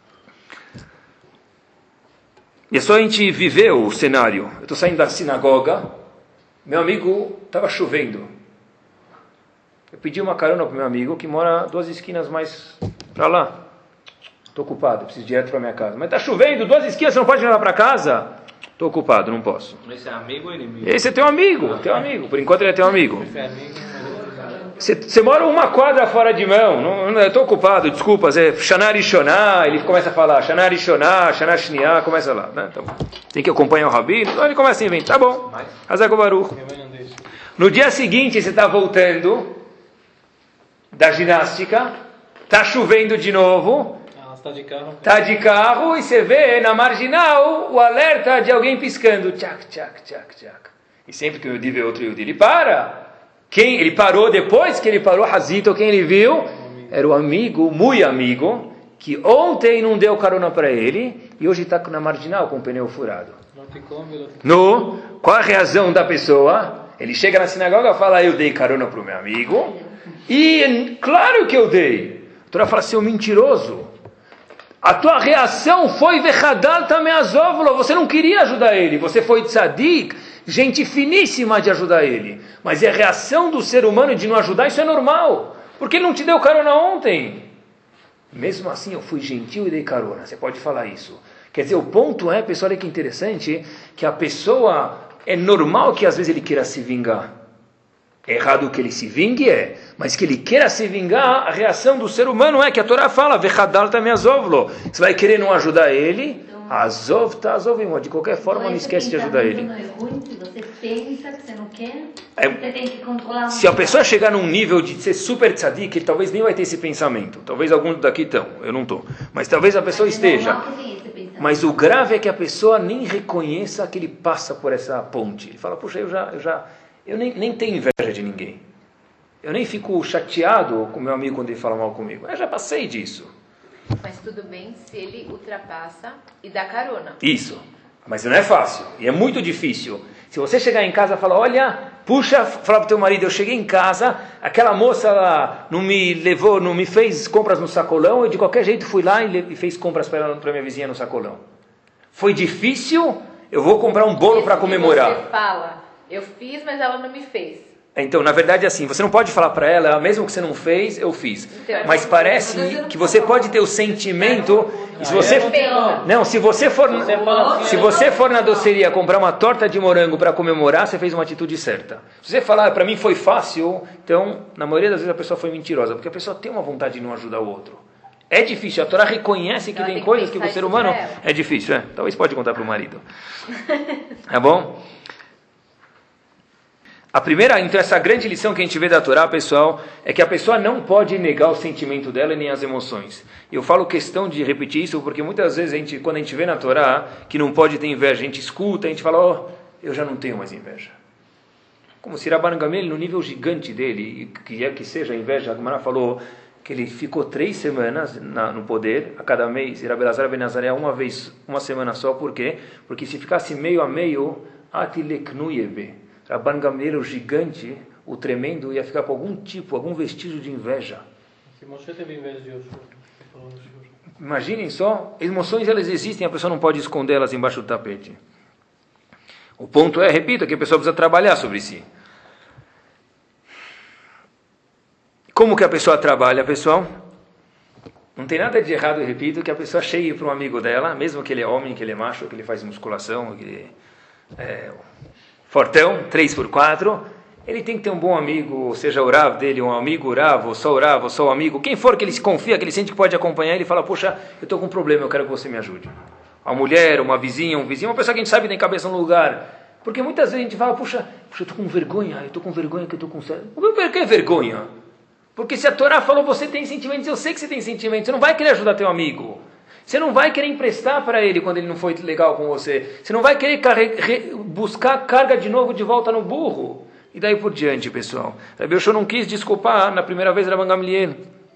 E é só a gente viver o cenário. Eu estou saindo da sinagoga, meu amigo, estava chovendo. Eu pedi uma carona para o meu amigo, que mora 2 esquinas mais para lá. Estou ocupado, preciso ir direto para minha casa. Mas está chovendo, 2 esquinas, você não pode ir lá para casa? Estou ocupado, não posso. Esse é amigo ou inimigo? Esse é teu amigo, teu amigo. Por enquanto ele é teu amigo. Você mora 1 quadra fora de mão. Eu estou ocupado, desculpa. Shana Rishoná, ele começa a falar. Shana Rishoná, Shana Shniá, começa lá. Né? Então, tem que acompanhar o Rabino. Então ele começa a inventar. Tá bom. Hazako Baruch. No dia seguinte, você está voltando da ginástica. Está chovendo de novo. Está de carro e você vê na marginal o alerta de alguém piscando. Tchac, tchac, tchac, tchac. E sempre que o Yudi vê outro Yudi, ele para. Quem ele parou depois que ele parou, Hazito, quem ele viu? Era o amigo, muito amigo, que ontem não deu carona para ele e hoje está na marginal com o pneu furado. Qual a reação da pessoa? Ele chega na sinagoga e fala, eu dei carona para o meu amigo e claro que eu dei. A Torá fala, seu mentiroso. A tua reação foi Vechadal tameazovlo, você não queria ajudar ele, você foi tzadik, gente finíssima de ajudar ele. Mas é a reação do ser humano de não ajudar, isso é normal. Porque ele não te deu carona ontem. Mesmo assim eu fui gentil e dei carona, você pode falar isso. Quer dizer, o ponto é, pessoal, olha que interessante, que a pessoa, é normal que às vezes ele queira se vingar. É errado que ele se vingue, mas que ele queira se vingar, a reação do ser humano é que a Torá fala, Vechadal tameazovlo. Você vai querer não ajudar ele, Azov ta'azovim. De qualquer forma, não esquece de ajudar ele. Não é ruim, se você pensa que você não quer, você tem que controlar. Se a pessoa chegar num nível de ser super tzadik, ele talvez nem vai ter esse pensamento. Talvez alguns daqui estão, eu não estou. Mas talvez a pessoa esteja. Mas o grave é que a pessoa nem reconheça que ele passa por essa ponte. Ele fala, puxa, eu nem tenho inveja de ninguém. Eu nem fico chateado com meu amigo quando ele fala mal comigo. Eu já passei disso. Mas tudo bem se ele ultrapassa e dá carona. Isso. Mas não é fácil. E é muito difícil. Se você chegar em casa e falar, olha, fala para o teu marido, eu cheguei em casa, aquela moça lá não me fez compras no sacolão, eu de qualquer jeito fui lá e fez compras para minha vizinha no sacolão. Foi difícil, eu vou comprar um bolo para comemorar. Você fala, eu fiz, mas ela não me fez. Então, na verdade, assim, você não pode falar para ela, mesmo que você não fez, eu fiz. Então, mas parece que você pode ter o sentimento. E se você se você for na doceria comprar uma torta de morango para comemorar, você fez uma atitude certa. Se você falar, para mim foi fácil, então, na maioria das vezes a pessoa foi mentirosa, porque a pessoa tem uma vontade de não ajudar o outro. É difícil, a Torá reconhece que tem coisas que o ser humano é difícil. Talvez pode contar para o marido. Tá bom? A primeira, então, essa grande lição que a gente vê da Torá, pessoal, é que a pessoa não pode negar o sentimento dela e nem as emoções. E eu falo questão de repetir isso, porque muitas vezes, quando a gente vê na Torá que não pode ter inveja, a gente escuta, a gente fala, eu já não tenho mais inveja. Como se Rabban Gamliel, no nível gigante dele, e que seja a inveja, a Gemara falou que ele ficou 3 semanas no poder, a cada mês, e Rabbi Elazar ben Azariah uma semana só, por quê? Porque se ficasse meio a meio, atileknuyebe. Rabban Gamliel, o gigante, o tremendo, ia ficar com algum vestígio de inveja. Se Moshe teve inveja de Yoshua. Imaginem só, emoções elas existem, a pessoa não pode escondê-las embaixo do tapete. O ponto é, repito, que a pessoa precisa trabalhar sobre si. Como que a pessoa trabalha, pessoal? Não tem nada de errado, eu repito, que a pessoa chegue para um amigo dela, mesmo que ele é homem, que ele é macho, que ele faz musculação, que ele é fortão, 3x4, ele tem que ter um bom amigo, seja o Rav dele, um amigo Rav, ou só o amigo, quem for que ele se confia, que ele sente que pode acompanhar, ele fala, poxa, eu estou com um problema, eu quero que você me ajude. Uma mulher, uma vizinha, um vizinho, uma pessoa que a gente sabe que tem cabeça no lugar. Porque muitas vezes a gente fala, puxa, eu estou com vergonha que eu estou com... Por que vergonha? Porque se a Torá falou, você tem sentimentos, eu sei que você tem sentimentos, você não vai querer ajudar teu amigo. Você não vai querer emprestar para ele quando ele não foi legal com você. Você não vai querer buscar carga de novo de volta no burro. E daí por diante, pessoal. Rabbi Yoshua não quis desculpar na primeira vez Rabban Gamliel.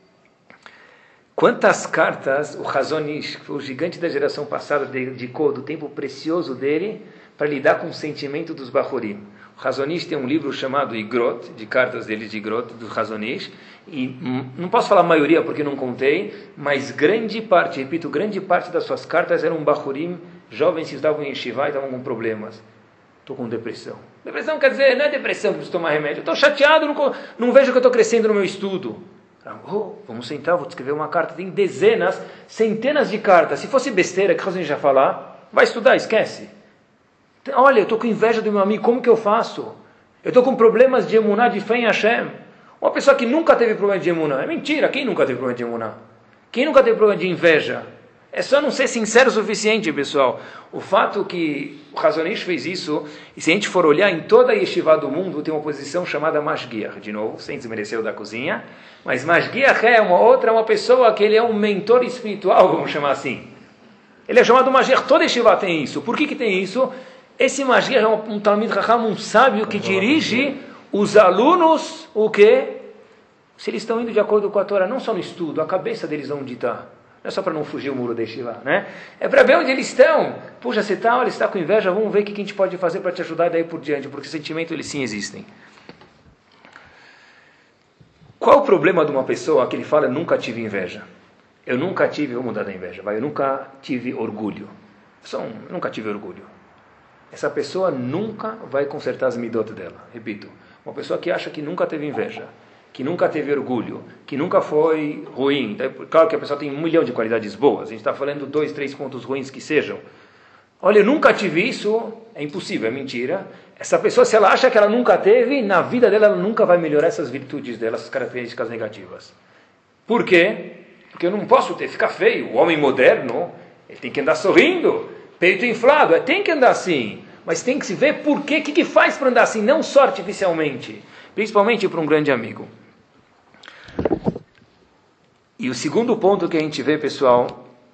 Quantas cartas o Chazon Ish, o gigante da geração passada, dedicou do tempo precioso dele para lidar com o sentimento dos Bachorim. O Chazon Ish tem um livro chamado Igrot, de cartas dele de Igrot, do Chazon Ish, e não posso falar a maioria porque não contei, mas grande parte das suas cartas eram Bachorim, jovens que estavam em Yeshiva e estavam com problemas. Estou com depressão. Depressão quer dizer, não é depressão que preciso tomar remédio. Estou chateado, não vejo que eu estou crescendo no meu estudo. Vamos sentar, vou te escrever uma carta. Tem dezenas, centenas de cartas. Se fosse besteira, que a gente já falar, vai estudar, esquece. Olha, eu estou com inveja do meu amigo, como que eu faço? Eu estou com problemas de emuná, de fé em Hashem. Uma pessoa que nunca teve problema de emuná. É mentira, quem nunca teve problema de emuná? Quem nunca teve problema de inveja? É só não ser sincero o suficiente, pessoal. O fato que o Chazon Ish fez isso, e se a gente for olhar em toda a yeshiva do mundo, tem uma posição chamada Mashgiach, de novo, sem desmerecer o da cozinha, mas Mashgiach é uma pessoa que ele é um mentor espiritual, vamos chamar assim. Ele é chamado Mashgiach, toda yeshiva tem isso. Por que tem isso? Esse Mashgiach é um Talmid Chacham, um sábio que dirige os alunos, o quê? Se eles estão indo de acordo com a Torá, não só no estudo, a cabeça deles onde está. Não é só para não fugir o muro da yeshiva, né? É para ver onde eles estão. Puxa, você está com inveja, vamos ver o que a gente pode fazer para te ajudar e daí por diante, porque sentimentos eles sim existem. Qual o problema de uma pessoa que ele fala, eu nunca tive inveja? Eu nunca tive, vou mudar da inveja, eu nunca tive orgulho. Eu nunca tive orgulho. Essa pessoa nunca vai consertar as midot dela. Repito, uma pessoa que acha que nunca teve inveja, que nunca teve orgulho, que nunca foi ruim. Claro que a pessoa tem 1 milhão de qualidades boas, a gente está falando 2, 3 pontos ruins que sejam. Olha, eu nunca tive isso, é impossível, é mentira. Essa pessoa, se ela acha que ela nunca teve, na vida dela ela nunca vai melhorar essas virtudes dela, essas características negativas. Por quê? Porque eu não posso ficar feio. O homem moderno, ele tem que andar sorrindo, peito inflado, tem que andar assim. Mas tem que se ver por quê, o que faz para andar assim, não só artificialmente. Principalmente para um grande amigo. E o segundo ponto que a gente vê, pessoal,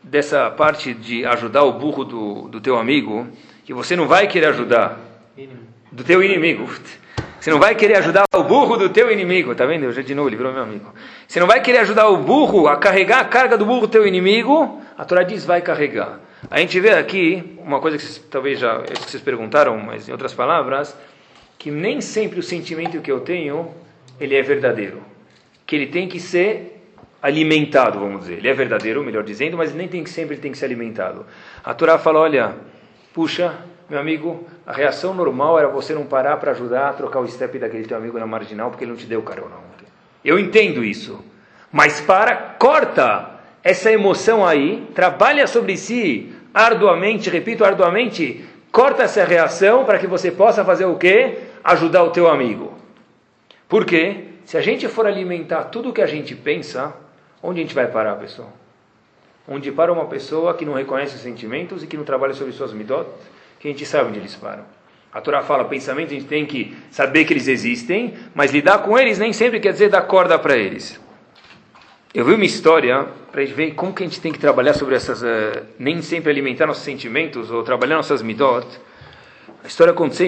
dessa parte de ajudar o burro do teu amigo, que você não vai querer ajudar do teu inimigo. Você não vai querer ajudar o burro do teu inimigo. Tá vendo? Eu já de novo, ele virou meu amigo. Você não vai querer ajudar o burro a carregar a carga do burro do teu inimigo. A Torá diz, vai carregar. A gente vê aqui, uma coisa que talvez já que vocês perguntaram, mas em outras palavras, que nem sempre o sentimento que eu tenho, ele é verdadeiro. Que ele tem que ser alimentado, vamos dizer. Ele é verdadeiro, melhor dizendo, mas nem sempre ele tem que ser alimentado. A Torá fala, olha, puxa, meu amigo, a reação normal era você não parar para ajudar a trocar o step daquele teu amigo na marginal, porque ele não te deu carona ontem. Eu entendo isso. Mas corta essa emoção aí, trabalha sobre si arduamente, repito, arduamente, corta essa reação para que você possa fazer o quê? Ajudar o teu amigo. Por quê? Se a gente for alimentar tudo o que a gente pensa, onde a gente vai parar, pessoal? Onde para uma pessoa que não reconhece os sentimentos e que não trabalha sobre suas midot, que a gente sabe onde eles param. A Torá fala, pensamentos a gente tem que saber que eles existem, mas lidar com eles nem sempre quer dizer dar corda para eles. Eu vi uma história, para a gente ver como que a gente tem que trabalhar sobre essas, nem sempre alimentar nossos sentimentos, ou trabalhar nossas midot. A história aconteceu em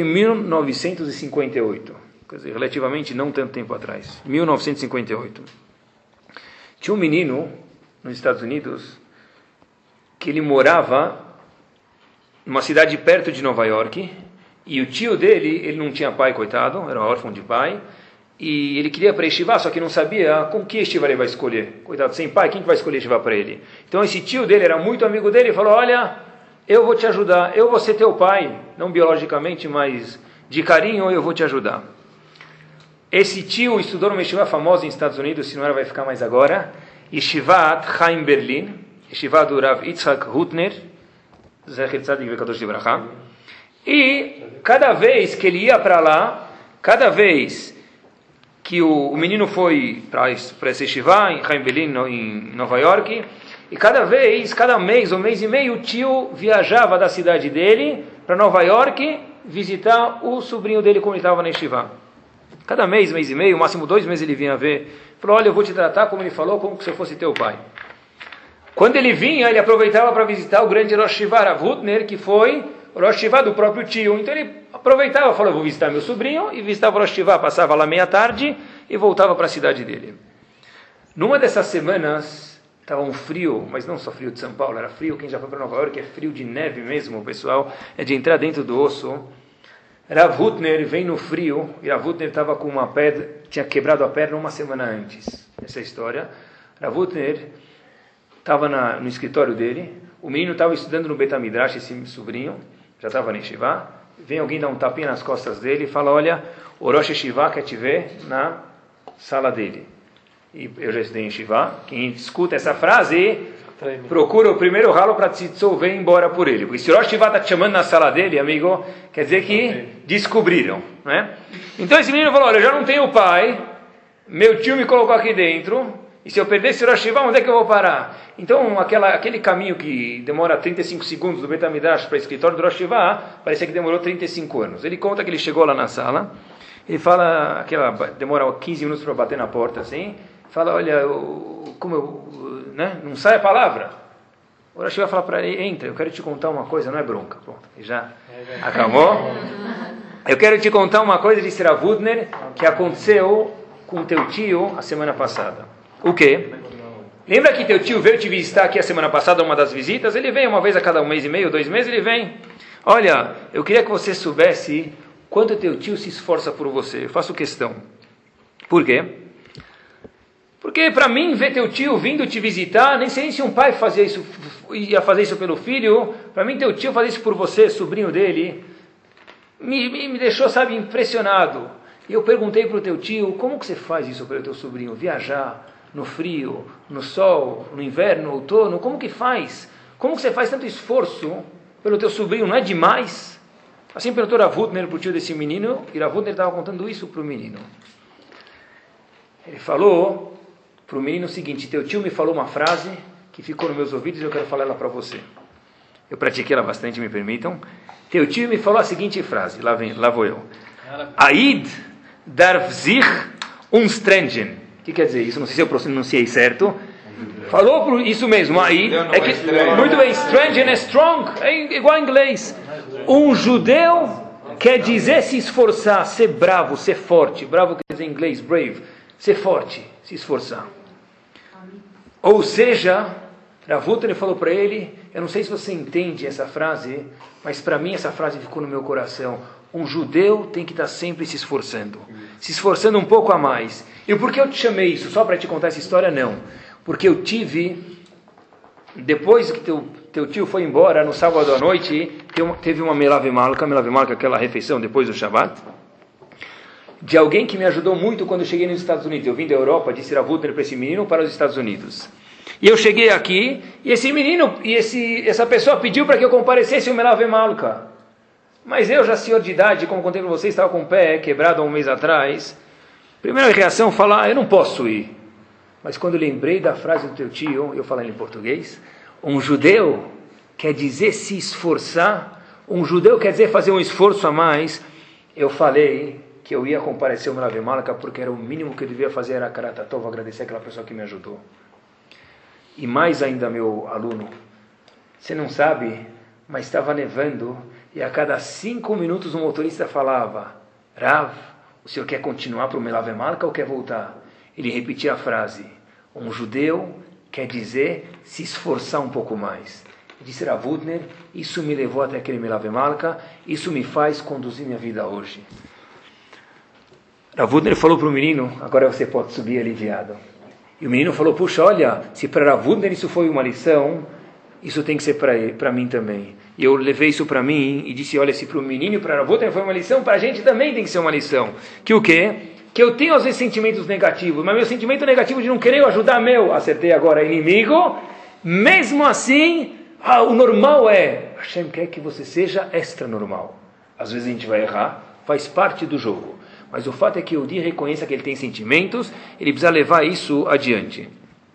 1958, quer dizer, relativamente não tanto tempo atrás, 1958. Tinha um menino, nos Estados Unidos, que ele morava numa cidade perto de Nova York, e o tio dele, ele não tinha pai, coitado, era órfão de pai, e ele queria para Yeshiva, só que não sabia com que Yeshiva ele vai escolher. Coitado, sem pai, quem que vai escolher Yeshiva para ele? Então esse tio dele era muito amigo dele e falou, olha, eu vou te ajudar, eu vou ser teu pai, não biologicamente, mas de carinho eu vou te ajudar. Esse tio estudou numa Yeshiva famosa nos Estados Unidos, se não era vai ficar mais agora, Yeshivat Chaim Berlin, Yeshiva do Rav Yitzhak Hutner, Zecher Tzadik Vekadosh Libraha, e cada vez que ele ia para lá, cada vez que o menino foi para essa Yeshiva, em Chaim Berlin, em Nova York, e cada mês ou mês e meio, o tio viajava da cidade dele para Nova York visitar o sobrinho dele como ele estava na Yeshiva. Cada mês, mês e meio, máximo 2 meses ele vinha ver. Falou, olha, eu vou te tratar como ele falou, como se eu fosse teu pai. Quando ele vinha, ele aproveitava para visitar o grande Rosh Yeshiva Rav Hutner, que foi o Rosh Yeshiva do próprio tio. Então ele aproveitava, falou, eu vou visitar meu sobrinho, e visitava o Rosh Yeshiva, passava lá meia tarde e voltava para a cidade dele. Numa dessas semanas, estava um frio, mas não só frio de São Paulo, era frio, quem já foi para Nova York, é frio de neve mesmo, pessoal, é de entrar dentro do osso. Rav Hutner vem no frio, e Rav Hutner estava com uma pedra, tinha quebrado a perna uma semana antes. Essa é a história. Rav Hutner estava no escritório dele, o menino estava estudando no Bet HaMidrash, esse sobrinho, já estava na Yeshiva, vem alguém dar um tapinha nas costas dele e fala, olha, o Rosh Yeshiva quer te ver na sala dele. E eu já estudei em Yeshiva, quem escuta essa frase, procura o primeiro ralo para te dissolver e ir embora por ele. Porque se o Rosh Yeshiva está te chamando na sala dele, amigo, quer dizer que descobriram. Não é? Então esse menino falou, olha, eu já não tenho pai, meu tio me colocou aqui dentro, e se eu perder esse Rosh Yeshiva, onde é que eu vou parar? Então aquele caminho que demora 35 segundos do Bet HaMidrash para o escritório do Rosh Yeshiva, parecia que demorou 35 anos. Ele conta que ele chegou lá na sala, ele fala, demora 15 minutos para bater na porta, assim, fala, olha, não sai a palavra. O Rosh Yeshiva fala para ele, entra, eu quero te contar uma coisa, não é bronca. Pronto, já acalmou? Eu quero te contar uma coisa, disse Rav Hutner, que aconteceu com teu tio a semana passada. O quê? Lembra que teu tio veio te visitar aqui a semana passada, uma das visitas? Ele vem uma vez a cada 1 mês e meio, 2 meses, ele vem. Olha, eu queria que você soubesse quanto teu tio se esforça por você. Eu faço questão. Por quê? Porque para mim, ver teu tio vindo te visitar, nem sei se um pai ia fazer isso pelo filho. Para mim, teu tio fazer isso por você, sobrinho dele, me deixou, sabe, impressionado. E eu perguntei para o teu tio, como que você faz isso pelo teu sobrinho? Viajar no frio, no sol, no inverno, no outono, como que faz? Como que você faz tanto esforço pelo teu sobrinho? Não é demais? Assim perguntou Rav Hutner para o tio desse menino, e Rav Hutner estava contando isso para o menino. Ele falou para o menino o seguinte, teu tio me falou uma frase que ficou nos meus ouvidos e eu quero falar ela para você. Eu pratiquei ela bastante, me permitam. Teu tio me falou a seguinte frase, lá vou eu. Aid darf sich umstrengen. O que quer dizer isso? Não sei se eu pronunciei certo. Falou isso mesmo. Aí é que muito bem, strange and strong, é igual em inglês. Um judeu quer dizer se esforçar, ser bravo, ser forte. Bravo quer dizer em inglês, brave, ser forte, se esforçar. Ou seja, Rav Hutner falou para ele, eu não sei se você entende essa frase, mas para mim essa frase ficou no meu coração. Um judeu tem que estar sempre se esforçando um pouco a mais. E por que eu te chamei isso? Só para te contar essa história? Não. Porque eu tive, depois que teu tio foi embora, no sábado à noite, teve uma Melav Malka, aquela refeição depois do Shabbat, de alguém que me ajudou muito quando eu cheguei nos Estados Unidos. Eu vim da Europa, disse Rav Hutner para esse menino, para os Estados Unidos. E eu cheguei aqui, e esse menino, essa pessoa pediu para que eu comparecesse ao Melav Malka. Mas eu, já senhor de idade, como contei para vocês, estava com o pé quebrado há um mês atrás. Primeira reação, falar, eu não posso ir. Mas quando eu lembrei da frase do teu tio, eu falei em português, um judeu quer dizer se esforçar, um judeu quer dizer fazer um esforço a mais. Eu falei que eu ia comparecer ao Melav Malka porque era o mínimo que eu devia fazer, era Karatatov, agradecer aquela pessoa que me ajudou. E mais ainda, meu aluno, você não sabe, mas estava nevando, e a cada 5 minutos o motorista falava, Rav, o senhor quer continuar para o Melav Malka ou quer voltar? Ele repetia a frase, um judeu quer dizer se esforçar um pouco mais. Disse Rav Hutner, isso me levou até aquele Melav Malka, isso me faz conduzir minha vida hoje. Rav Hutner falou para o menino, agora você pode subir aliviado. E o menino falou, puxa, olha, se para Rav Hutner isso foi uma lição, isso tem que ser para mim também. E eu levei isso para mim e disse, olha, se para o menino e para Rav Hutner foi uma lição, para a gente também tem que ser uma lição. Que o quê? Que eu tenho às vezes sentimentos negativos, mas meu sentimento negativo de não querer ajudar acertei agora, inimigo, mesmo assim, o normal é, Hashem quer que você seja extra normal. Às vezes a gente vai errar, faz parte do jogo. Mas o fato é que o Yehudi reconheça que ele tem sentimentos, ele precisa levar isso adiante.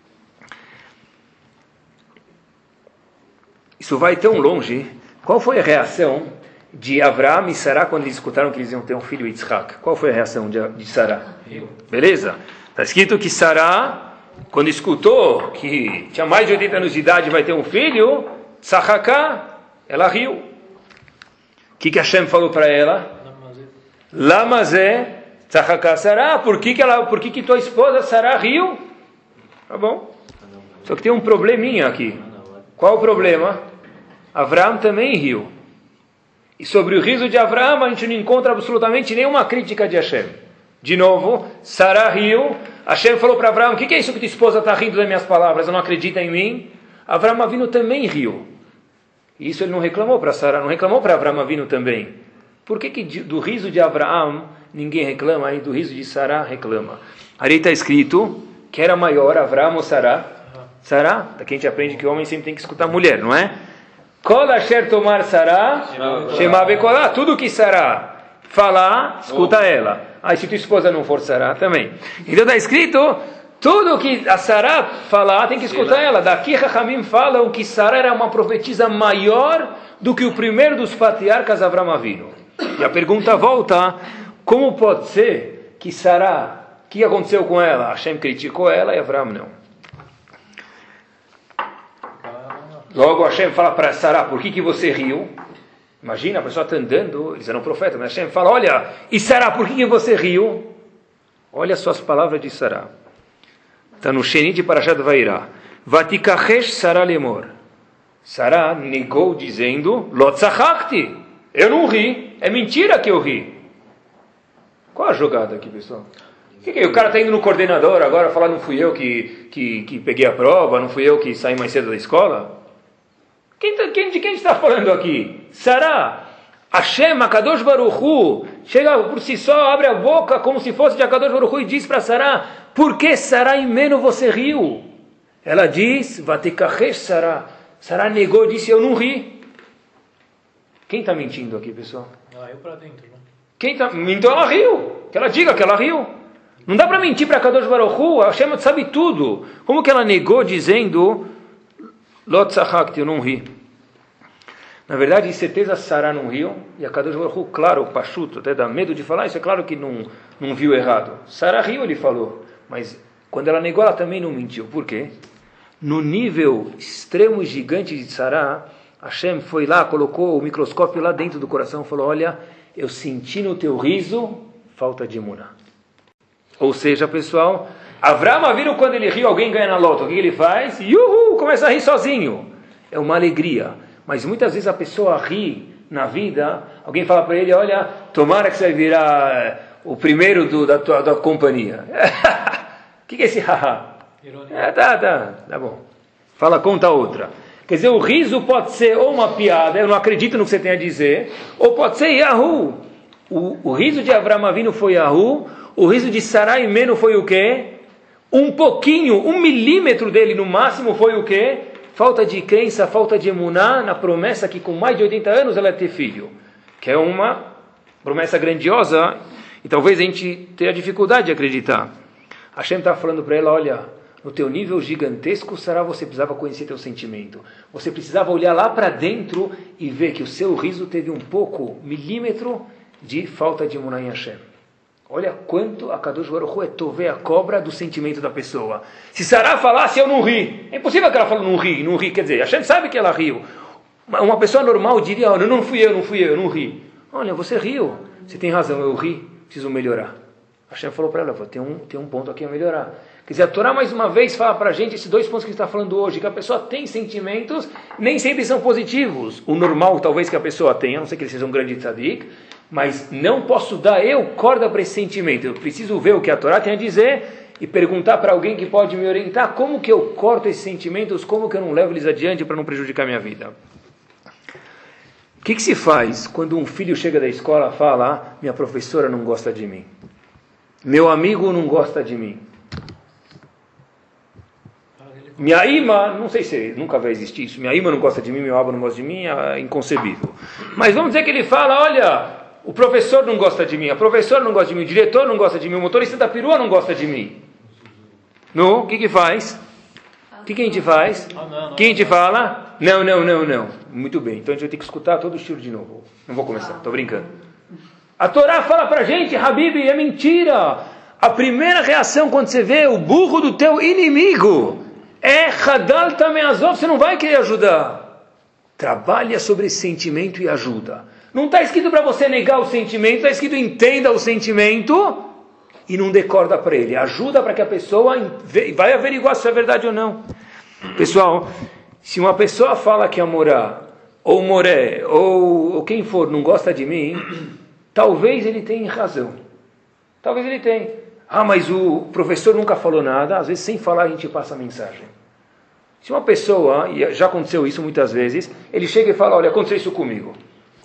Isso vai tão longe. Qual foi a reação de Avraham e Sará quando eles escutaram que eles iam ter um filho, Yitzhak? Qual foi a reação de Sará? Beleza? Está escrito que Sará, quando escutou que tinha mais de 80 anos de idade e vai ter um filho, Tzachaká, ela riu. O que Hashem falou para ela? Lamazé, Tzachaká Sará, por que tua esposa Sará riu? Tá bom. Só que tem um probleminha aqui. Qual o problema? Avraham também riu. E sobre o riso de Avraham a gente não encontra absolutamente nenhuma crítica de Hashem. De novo, Sará riu. Hashem falou para Avraham, o que é isso que tua esposa está rindo das minhas palavras? Não acredita em mim? Avraham Avinu também riu. E isso ele não reclamou para Sará, não reclamou para Avraham Avinu também. Por que do riso de Avraham ninguém reclama e do riso de Sará reclama? Ali está escrito que era maior Avraham ou Sará? Sará, daqui a gente aprende que o homem sempre tem que escutar a mulher, não é? Kol asher tomar Sará, shema bekolá. Tudo que Sará falar, escuta ela. E se tua esposa não for Sará, também. Então está escrito, tudo que a Sará falar, tem que escutar ela. Daqui Chachamim falam que Sará era uma profetisa maior do que o primeiro dos patriarcas Avraham Avinu. E a pergunta volta, como pode ser que Sará, o que aconteceu com ela? Hashem criticou ela e Avraham não. Logo Hashem fala para Sará, por que você riu? Imagina, a pessoa está andando, eles eram profetas, mas Hashem fala, olha, e Sará, por que você riu? Olha as suas palavras de Sará. Está no Sheni de Parashat Vairá. Vatikachesh Sará lemor. Sará negou dizendo, Lo tzachachti. Eu não ri, é mentira que eu ri. Qual a jogada aqui, pessoal? O cara está indo no coordenador agora falar, não fui eu que peguei a prova, não fui eu que saí mais cedo da escola? De quem a gente está falando aqui? Sará, Hashem, Akadosh Baruch Hu, chega por si só, abre a boca como se fosse de Akadosh Baruch Hu e diz para Sará, por que Sará em menos você riu? Ela diz, Vatikachesh Sará. Sará negou e disse, eu não ri. Quem está mentindo aqui, pessoal? Eu para dentro, né? Então ela riu. Que ela diga que ela riu. Não dá para mentir para Kadosh Baruch Hu. A Hashem sabe tudo. Como que ela negou dizendo Lo tzachakti, eu não ri? Na verdade, de certeza, Sará não riu. E a Kadosh Baruch Hu, claro, pachuto, até dá medo de falar, isso é claro que não viu errado. Sará riu, ele falou. Mas quando ela negou, ela também não mentiu. Por quê? no nível extremo e gigante de Tzara, Hashem foi lá, colocou o microscópio lá dentro do coração e falou, olha, eu senti no teu riso falta de emuná. Ou seja, pessoal, Avraham Avinu, quando ele riu, alguém ganha na loto, o que ele faz? Yuhu, começa a rir sozinho. É uma alegria. Mas muitas vezes a pessoa ri na vida, alguém fala para ele, olha, tomara que você vai virar o primeiro da tua companhia. O que é esse haha? Tá bom. Fala, conta outra. Quer dizer, o riso pode ser ou uma piada, eu não acredito no que você tem a dizer, ou pode ser Yahu. O riso de Avraham Avinu foi Yahu, o riso de Sarai Meno foi o quê? Um pouquinho, 1 milímetro dele no máximo foi o quê? Falta de crença, falta de emuná na promessa que com mais de 80 anos ela ia ter filho. Que é uma promessa grandiosa e talvez a gente tenha dificuldade de acreditar. Hashem está falando para ela, olha, no teu nível gigantesco, Sará, você precisava conhecer teu sentimento. Você precisava olhar lá para dentro e ver que o seu riso teve um pouco, milímetro, de falta de emuná em Hashem. Olha quanto a Kadosh Baruch Hu é tover a cobra do sentimento da pessoa. Se Sará falasse, eu não ri. É impossível que ela fale, não ri. Quer dizer, Hashem sabe que ela riu. Uma pessoa normal diria, oh, não fui eu não ri. Olha, você riu. Você tem razão, eu ri. Preciso melhorar. Hashem falou para ela, tem um ponto aqui a melhorar. Quer dizer, a Torá mais uma vez fala para a gente esses 2 pontos que a gente está falando hoje, que a pessoa tem sentimentos, nem sempre são positivos. O normal talvez que a pessoa tenha, a não sei que ele seja um grande tzadik, mas não posso dar eu corda para esse sentimento. Eu preciso ver o que a Torá tem a dizer e perguntar para alguém que pode me orientar como que eu corto esses sentimentos, como que eu não levo eles adiante para não prejudicar a minha vida. O que se faz quando um filho chega da escola e fala, minha professora não gosta de mim, meu amigo não gosta de mim, minha imã, não sei se nunca vai existir isso, minha imã não gosta de mim, meu avô não gosta de mim, é inconcebível. Mas vamos dizer que ele fala, olha, o professor não gosta de mim, a professora não gosta de mim, o diretor não gosta de mim, o motorista da perua não gosta de mim. Não? O que faz? O que a gente faz? O que a gente fala? Não. Muito bem, então a gente vai ter que escutar todo o estilo de novo. Não vou começar, estou brincando. A Torá fala pra gente, Habibi, é mentira. A primeira reação quando você vê o burro do teu inimigo é Hadal Tameazov, você não vai querer ajudar. Trabalha sobre esse sentimento e ajuda. Não está escrito para você negar o sentimento, está escrito entenda o sentimento e não dê corda para ele. Ajuda para que a pessoa vai averiguar se é verdade ou não. Pessoal, se uma pessoa fala que a Morá, ou Moré, ou quem for não gosta de mim, talvez ele tenha razão. Talvez ele tenha. Ah, mas o professor nunca falou nada. Às vezes sem falar a gente passa a mensagem. Se uma pessoa, e já aconteceu isso muitas vezes, ele chega e fala, olha, aconteceu isso comigo.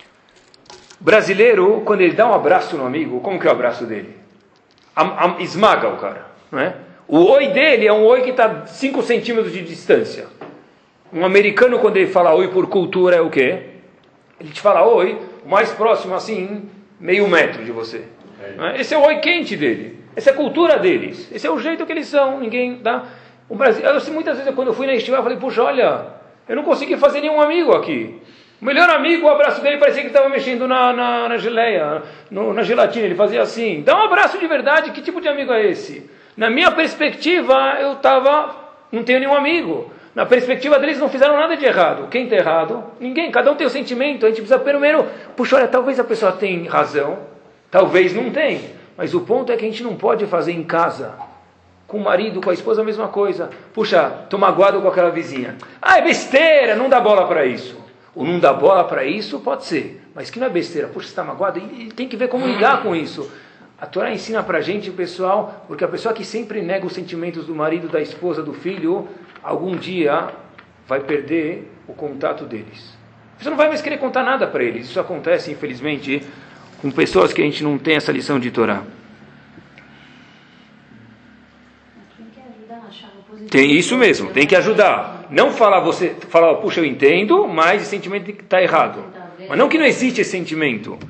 Brasileiro, quando ele dá um abraço no amigo, como que é o abraço dele? Esmaga o cara, não é? O oi dele é um oi que está 5 centímetros de distância. Um americano, quando ele fala oi por cultura, é o quê? Ele te fala oi, o mais próximo assim, meio metro de você. Não é? Esse é o oi quente dele. Essa é a cultura deles. Esse é o jeito que eles são. Ninguém dá. O Brasil, muitas vezes, quando eu fui na Estival, eu falei, puxa, olha, eu não consegui fazer nenhum amigo aqui. O melhor amigo, o abraço dele parecia que estava mexendo na geleia, na gelatina, ele fazia assim. Dá um abraço de verdade, que tipo de amigo é esse? Na minha perspectiva, não tenho nenhum amigo. Na perspectiva deles, não fizeram nada de errado. Quem está errado? Ninguém, cada um tem o sentimento. A gente precisa primeiro, puxa, olha, talvez a pessoa tenha razão, talvez não tenha. Mas o ponto é que a gente não pode fazer em casa, com o marido, com a esposa, a mesma coisa. Puxa, tô magoado com aquela vizinha. Ah, é besteira, não dá bola para isso. O não dá bola para isso pode ser, mas que não é besteira. Puxa, você está magoado? E tem que ver como ligar com isso. A Torá ensina para a gente, pessoal, porque a pessoa que sempre nega os sentimentos do marido, da esposa, do filho, algum dia vai perder o contato deles. Você não vai mais querer contar nada para eles. Isso acontece, infelizmente, com pessoas que a gente não tem essa lição de Torá. Tem isso mesmo, tem que ajudar. Não falar, puxa, eu entendo, mas esse sentimento está errado. Mas não que não existe esse sentimento.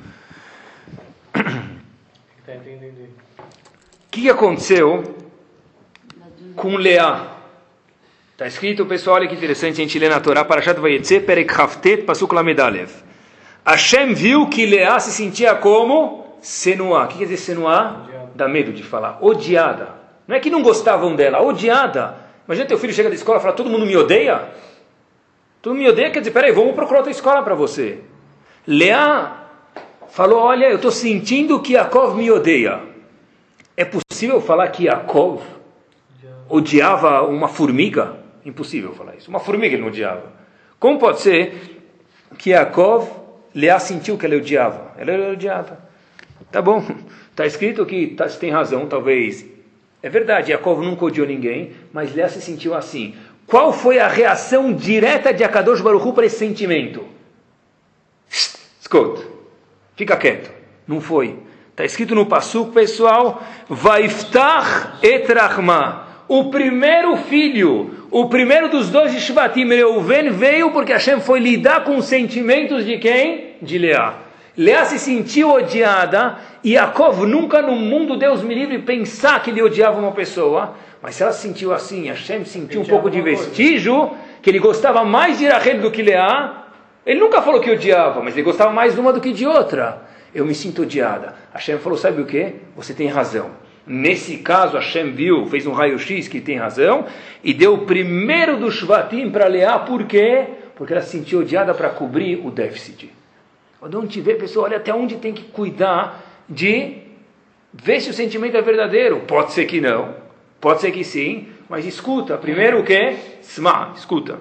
O que aconteceu com Leá? Está escrito, pessoal, olha que interessante, a gente lê na Torá, Parashat Vayetze, Perek Haftet, Pasuk Lamed Alev. Hashem viu que Leá se sentia como Senuá. O que quer dizer Senuá? Dá medo de falar. Odiada. Não é que não gostavam dela, odiada. Imagina teu filho chega da escola e fala, todo mundo me odeia? Todo mundo me odeia, quer dizer, peraí, vamos procurar outra escola para você. Leá falou, olha, eu estou sentindo que Yaakov me odeia. É possível falar que Yaakov odiava uma formiga? Impossível falar isso. Uma formiga ele não odiava. Como pode ser que Yaakov, Leá sentiu que ela odiava? Ela odiava. Tá bom, está escrito que você tem razão, talvez. É verdade, Yaakov nunca odiou ninguém, mas Leá se sentiu assim. Qual foi a reação direta de Akadosh Baruch Hu para esse sentimento? Escuta, fica quieto. Não foi. Está escrito no Pasuk, pessoal, Vaiftach et Rachma. O primeiro filho, o primeiro dos dois de Shvatim, Reuven, veio porque Hashem foi lidar com os sentimentos de quem? De Leá. Leá se sentiu odiada e Yaakov nunca no mundo, Deus me livre, pensar que ele odiava uma pessoa. Mas se ela se sentiu assim, Hashem sentiu um pouco de vestígio, que ele gostava mais de Rachel do que Leá. Ele nunca falou que odiava, mas ele gostava mais de uma do que de outra. Eu me sinto odiada. Hashem falou, sabe o que? Você tem razão. Nesse caso, Hashem viu, fez um raio-x que tem razão, e deu o primeiro do Shvatim para Leá. Por quê? Porque ela se sentiu odiada para cobrir o déficit. Quando a gente vê, pessoal, olha até onde tem que cuidar de ver se o sentimento é verdadeiro. Pode ser que não, pode ser que sim, mas escuta. Primeiro o quê? Sma, escuta.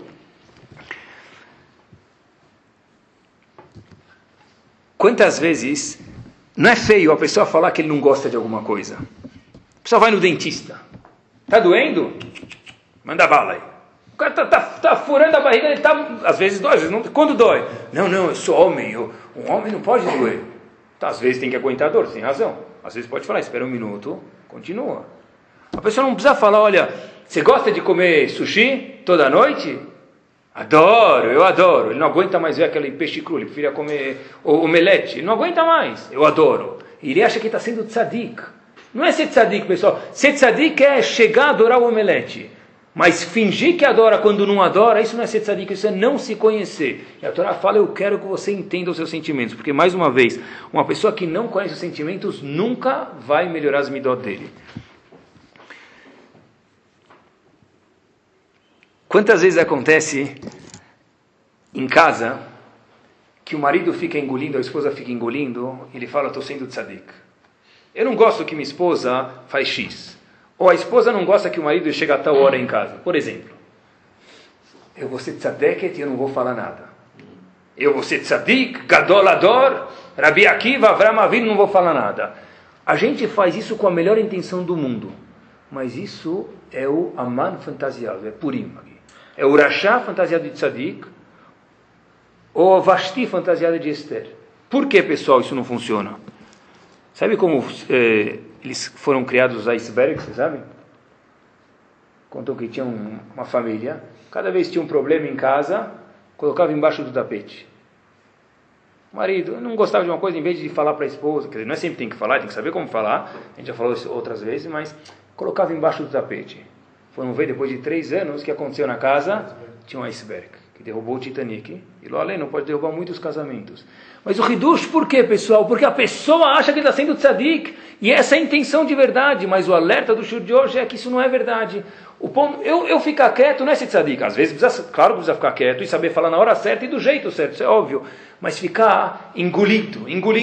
Quantas vezes não é feio a pessoa falar que ele não gosta de alguma coisa? A pessoa vai no dentista. Está doendo? Manda bala aí. O cara tá furando a barriga, ele tá, às vezes dói, às vezes não. Quando dói? Não, eu sou homem, um homem não pode doer. Então, às vezes tem que aguentar a dor, você tem razão. Às vezes pode falar, espera um minuto, continua. A pessoa não precisa falar, olha, você gosta de comer sushi toda noite? Adoro, eu adoro. Ele não aguenta mais ver aquele peixe cru, ele prefere comer omelete. Ele não aguenta mais, eu adoro. E ele acha que está sendo tzadik. Não é ser tzadik, pessoal. Ser tzadik é chegar a adorar o omelete. Mas fingir que adora quando não adora, isso não é ser tzadik, isso é não se conhecer. E a Torá fala, eu quero que você entenda os seus sentimentos. Porque, mais uma vez, uma pessoa que não conhece os sentimentos nunca vai melhorar as midot dele. Quantas vezes acontece em casa que o marido fica engolindo, a esposa fica engolindo, e ele fala, estou sendo tzadik. Eu não gosto que minha esposa faz X. Ou a esposa não gosta que o marido chegue a tal hora em casa. Por exemplo, eu vou ser tzadeket e eu não vou falar nada. Eu vou ser tzadik, gadolador, Rabi Akiva, Avram Avinu, não vou falar nada. A gente faz isso com a melhor intenção do mundo. Mas isso é o Aman fantasiado, é Purim. É o Rasha fantasiado de tzadik, ou o Vashti fantasiado de Esther. Por que, pessoal, isso não funciona? Sabe como eles foram criados os icebergs, vocês sabem? Contou que tinha uma família, cada vez que tinha um problema em casa, colocava embaixo do tapete. O marido não gostava de uma coisa, em vez de falar para a esposa, quer dizer, não é sempre que tem que falar, tem que saber como falar, a gente já falou isso outras vezes, mas colocava embaixo do tapete. Foram ver, depois de 3 anos, o que aconteceu na casa? Tinha um iceberg, que derrubou o Titanic. E lá além, não pode derrubar muitos casamentos. Mas o Hidush, por quê, pessoal? Porque a pessoa acha que está sendo tzadik, e essa é a intenção de verdade, mas o alerta do shur de hoje é que isso não é verdade. O ponto, eu ficar quieto não é ser tzadik. Às vezes, claro que precisa ficar quieto e saber falar na hora certa e do jeito certo, isso é óbvio. Mas ficar engolindo.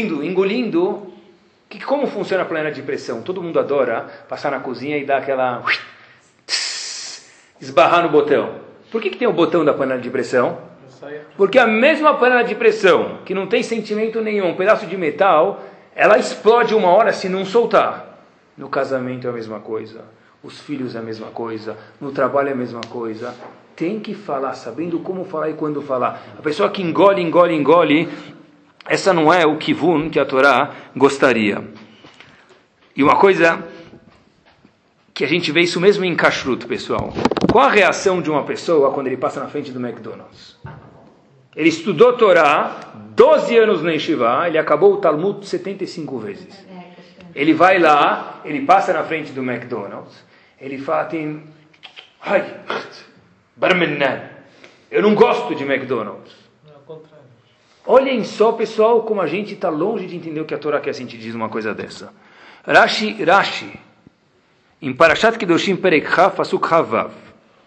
Como funciona a panela de pressão? Todo mundo adora passar na cozinha e dar aquela... esbarrar no botão. Por que tem o botão da panela de pressão? Porque a mesma panela de pressão, que não tem sentimento nenhum, um pedaço de metal, ela explode uma hora se não soltar. No casamento é a mesma coisa, os filhos é a mesma coisa, no trabalho é a mesma coisa. Tem que falar, sabendo como falar e quando falar. A pessoa que engole, essa não é o kivun que a Torá gostaria. E uma coisa que a gente vê isso mesmo em kashrut, pessoal. Qual a reação de uma pessoa quando ele passa na frente do McDonald's? Ele estudou Torá 12 anos na Yeshiva, ele acabou o Talmud 75 vezes. Ele vai lá, ele passa na frente do McDonald's, ele fala, ai, barmenan, eu não gosto de McDonald's. Olhem só, pessoal, como a gente está longe de entender o que a Torá quer, se a gente diz uma coisa dessa. Rashi, em Parashat Kedoshim Perek Chaf, Pasuk Havav,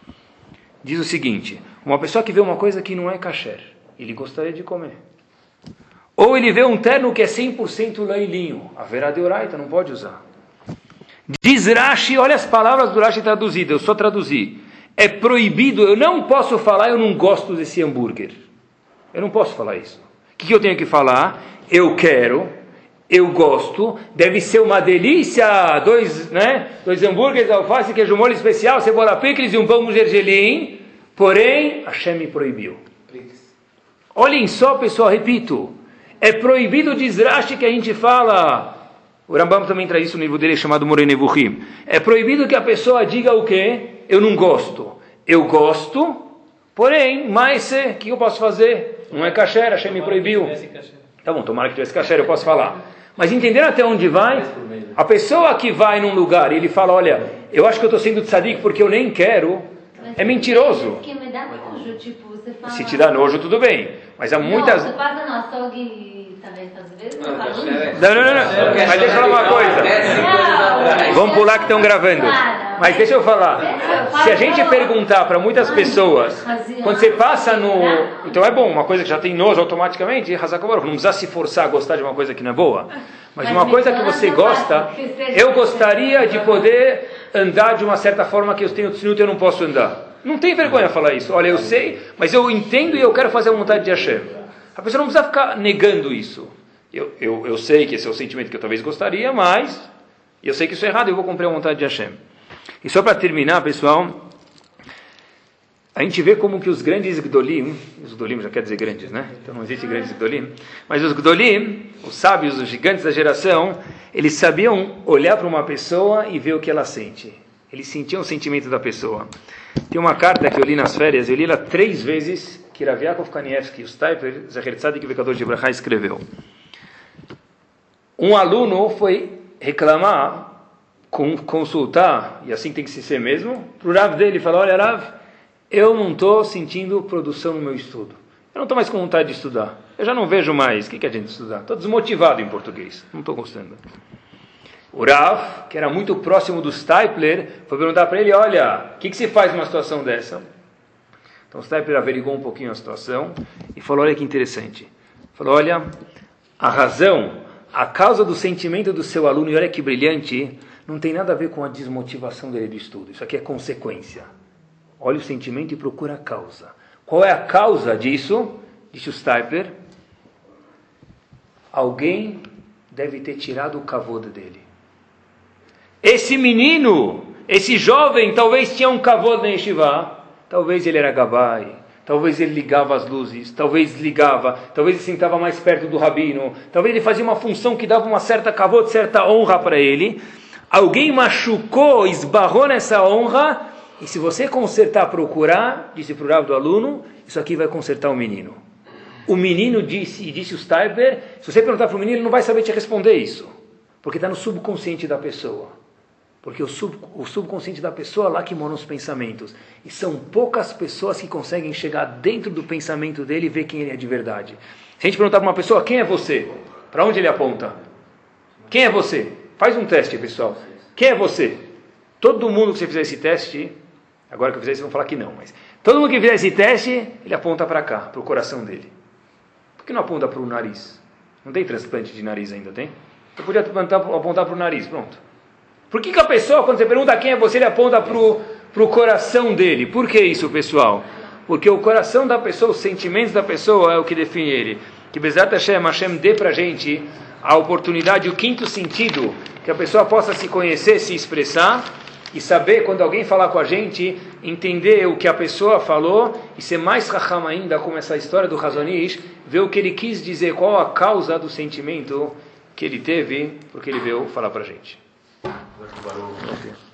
diz o seguinte, uma pessoa que vê uma coisa que não é kasher, ele gostaria de comer. Ou ele vê um terno que é 100% leilinho, a verá de oraita, não pode usar. Diz Rashi, olha as palavras do Rashi traduzidas, eu só traduzi. É proibido, eu não posso falar, eu não gosto desse hambúrguer. Eu não posso falar isso. O que eu tenho que falar? Eu quero, eu gosto, deve ser uma delícia, dois hambúrgueres, alface, queijo molho especial, cebola picles e um pão com gergelim, porém, Hashem me proibiu. Olhem só, pessoal, repito, é proibido, diz Rashi, que a gente fala, o Rambam também traz isso no livro dele chamado Moreh Nevuchim, é proibido que a pessoa diga o quê? Eu não gosto. Eu gosto, porém, mas o que eu posso fazer? Não é kasher, Hashem me proibiu. Tá bom, tomara que tivesse kasher, eu posso falar. Mas entenderam até onde vai? A pessoa que vai num lugar e ele fala, olha, eu acho que eu estou sendo tzadik porque eu nem quero, é mentiroso. Que me dá nojo, tipo, você fala... Se te dá nojo, tudo bem. Mas há muitas... Não, você passa no açougue também, às vezes, não fala Não. Mas deixa eu falar uma coisa. Vamos pular que estão gravando. Mas deixa eu falar. Se a gente perguntar para muitas pessoas, quando você passa no... Então é bom, uma coisa que já tem nojo automaticamente, não precisa se forçar a gostar de uma coisa que não é boa. Mas uma coisa que você gosta, eu gostaria de poder andar de uma certa forma que eu tenho tzniut e eu não posso andar. Não tem vergonha falar isso. Olha, eu sei, mas eu entendo e eu quero fazer a vontade de Hashem. A pessoa não precisa ficar negando isso. Eu sei que esse é o sentimento que eu talvez gostaria, mas eu sei que isso é errado e eu vou cumprir a vontade de Hashem. E só para terminar, pessoal, a gente vê como que os grandes Gdolim, os Gdolim já quer dizer grandes, né? Então não existe grandes Gdolim, mas os Gdolim, os sábios, os gigantes da geração, eles sabiam olhar para uma pessoa e ver o que ela sente. Eles sentiam o sentimento da pessoa. Tem uma carta que eu li nas férias, eu li ela 3 vezes, que Rav Yaakov Kanievsky, o Steiper, Zecher Tzadik Vekador de Brachá, escreveu. Um aluno foi reclamar, consultar, e assim tem que se ser mesmo, para o Rav dele, falou, olha Rav, eu não estou sentindo produção no meu estudo. Eu não estou mais com vontade de estudar. Eu já não vejo mais. O que adianta estudar? Estou desmotivado em português. Não estou gostando. O Rav, que era muito próximo do Stipler, foi perguntar para ele, olha, o que se faz numa situação dessa? Então o Stipler averiguou um pouquinho a situação e falou, olha que interessante. Falou, olha, a razão, a causa do sentimento do seu aluno, e olha que brilhante, não tem nada a ver com a desmotivação dele do estudo. Isso aqui é consequência. Olha o sentimento e procura a causa. Qual é a causa disso? Disse o Stipler. Alguém deve ter tirado o kavod dele. Esse menino, esse jovem, talvez tinha um kavod na yeshiva. Talvez ele era gabai. Talvez ele ligava as luzes. Talvez ele sentava mais perto do rabino. Talvez ele fazia uma função que dava uma certa kavod, certa honra para ele. Alguém machucou, esbarrou nessa honra. E se você consertar, procurar, disse para o Rav do aluno, isso aqui vai consertar o menino. O menino disse o Steiber, se você perguntar para o menino, ele não vai saber te responder isso. Porque está no subconsciente da pessoa. Porque o subconsciente da pessoa é lá que moram os pensamentos. E são poucas pessoas que conseguem chegar dentro do pensamento dele e ver quem ele é de verdade. Se a gente perguntar para uma pessoa, quem é você? Para onde ele aponta? Quem é você? Faz um teste, pessoal. Quem é você? Todo mundo que você fizer esse teste... Agora que eu fizer isso, vão falar que não, mas todo mundo que fizer esse teste, ele aponta para cá, para o coração dele. Por que não aponta para o nariz? Não tem transplante de nariz ainda, tem? Você podia apontar para o nariz, pronto. Por que a pessoa, quando você pergunta quem é você, ele aponta para o coração dele? Por que isso, pessoal? Porque o coração da pessoa, os sentimentos da pessoa é o que define ele. Que Bezat Hashem dê para a gente a oportunidade, o 5º sentido, que a pessoa possa se conhecer, se expressar, e saber, quando alguém falar com a gente, entender o que a pessoa falou e ser mais raham ainda, como essa história do Chazon Ish, ver o que ele quis dizer, qual a causa do sentimento que ele teve, porque ele veio falar para a gente.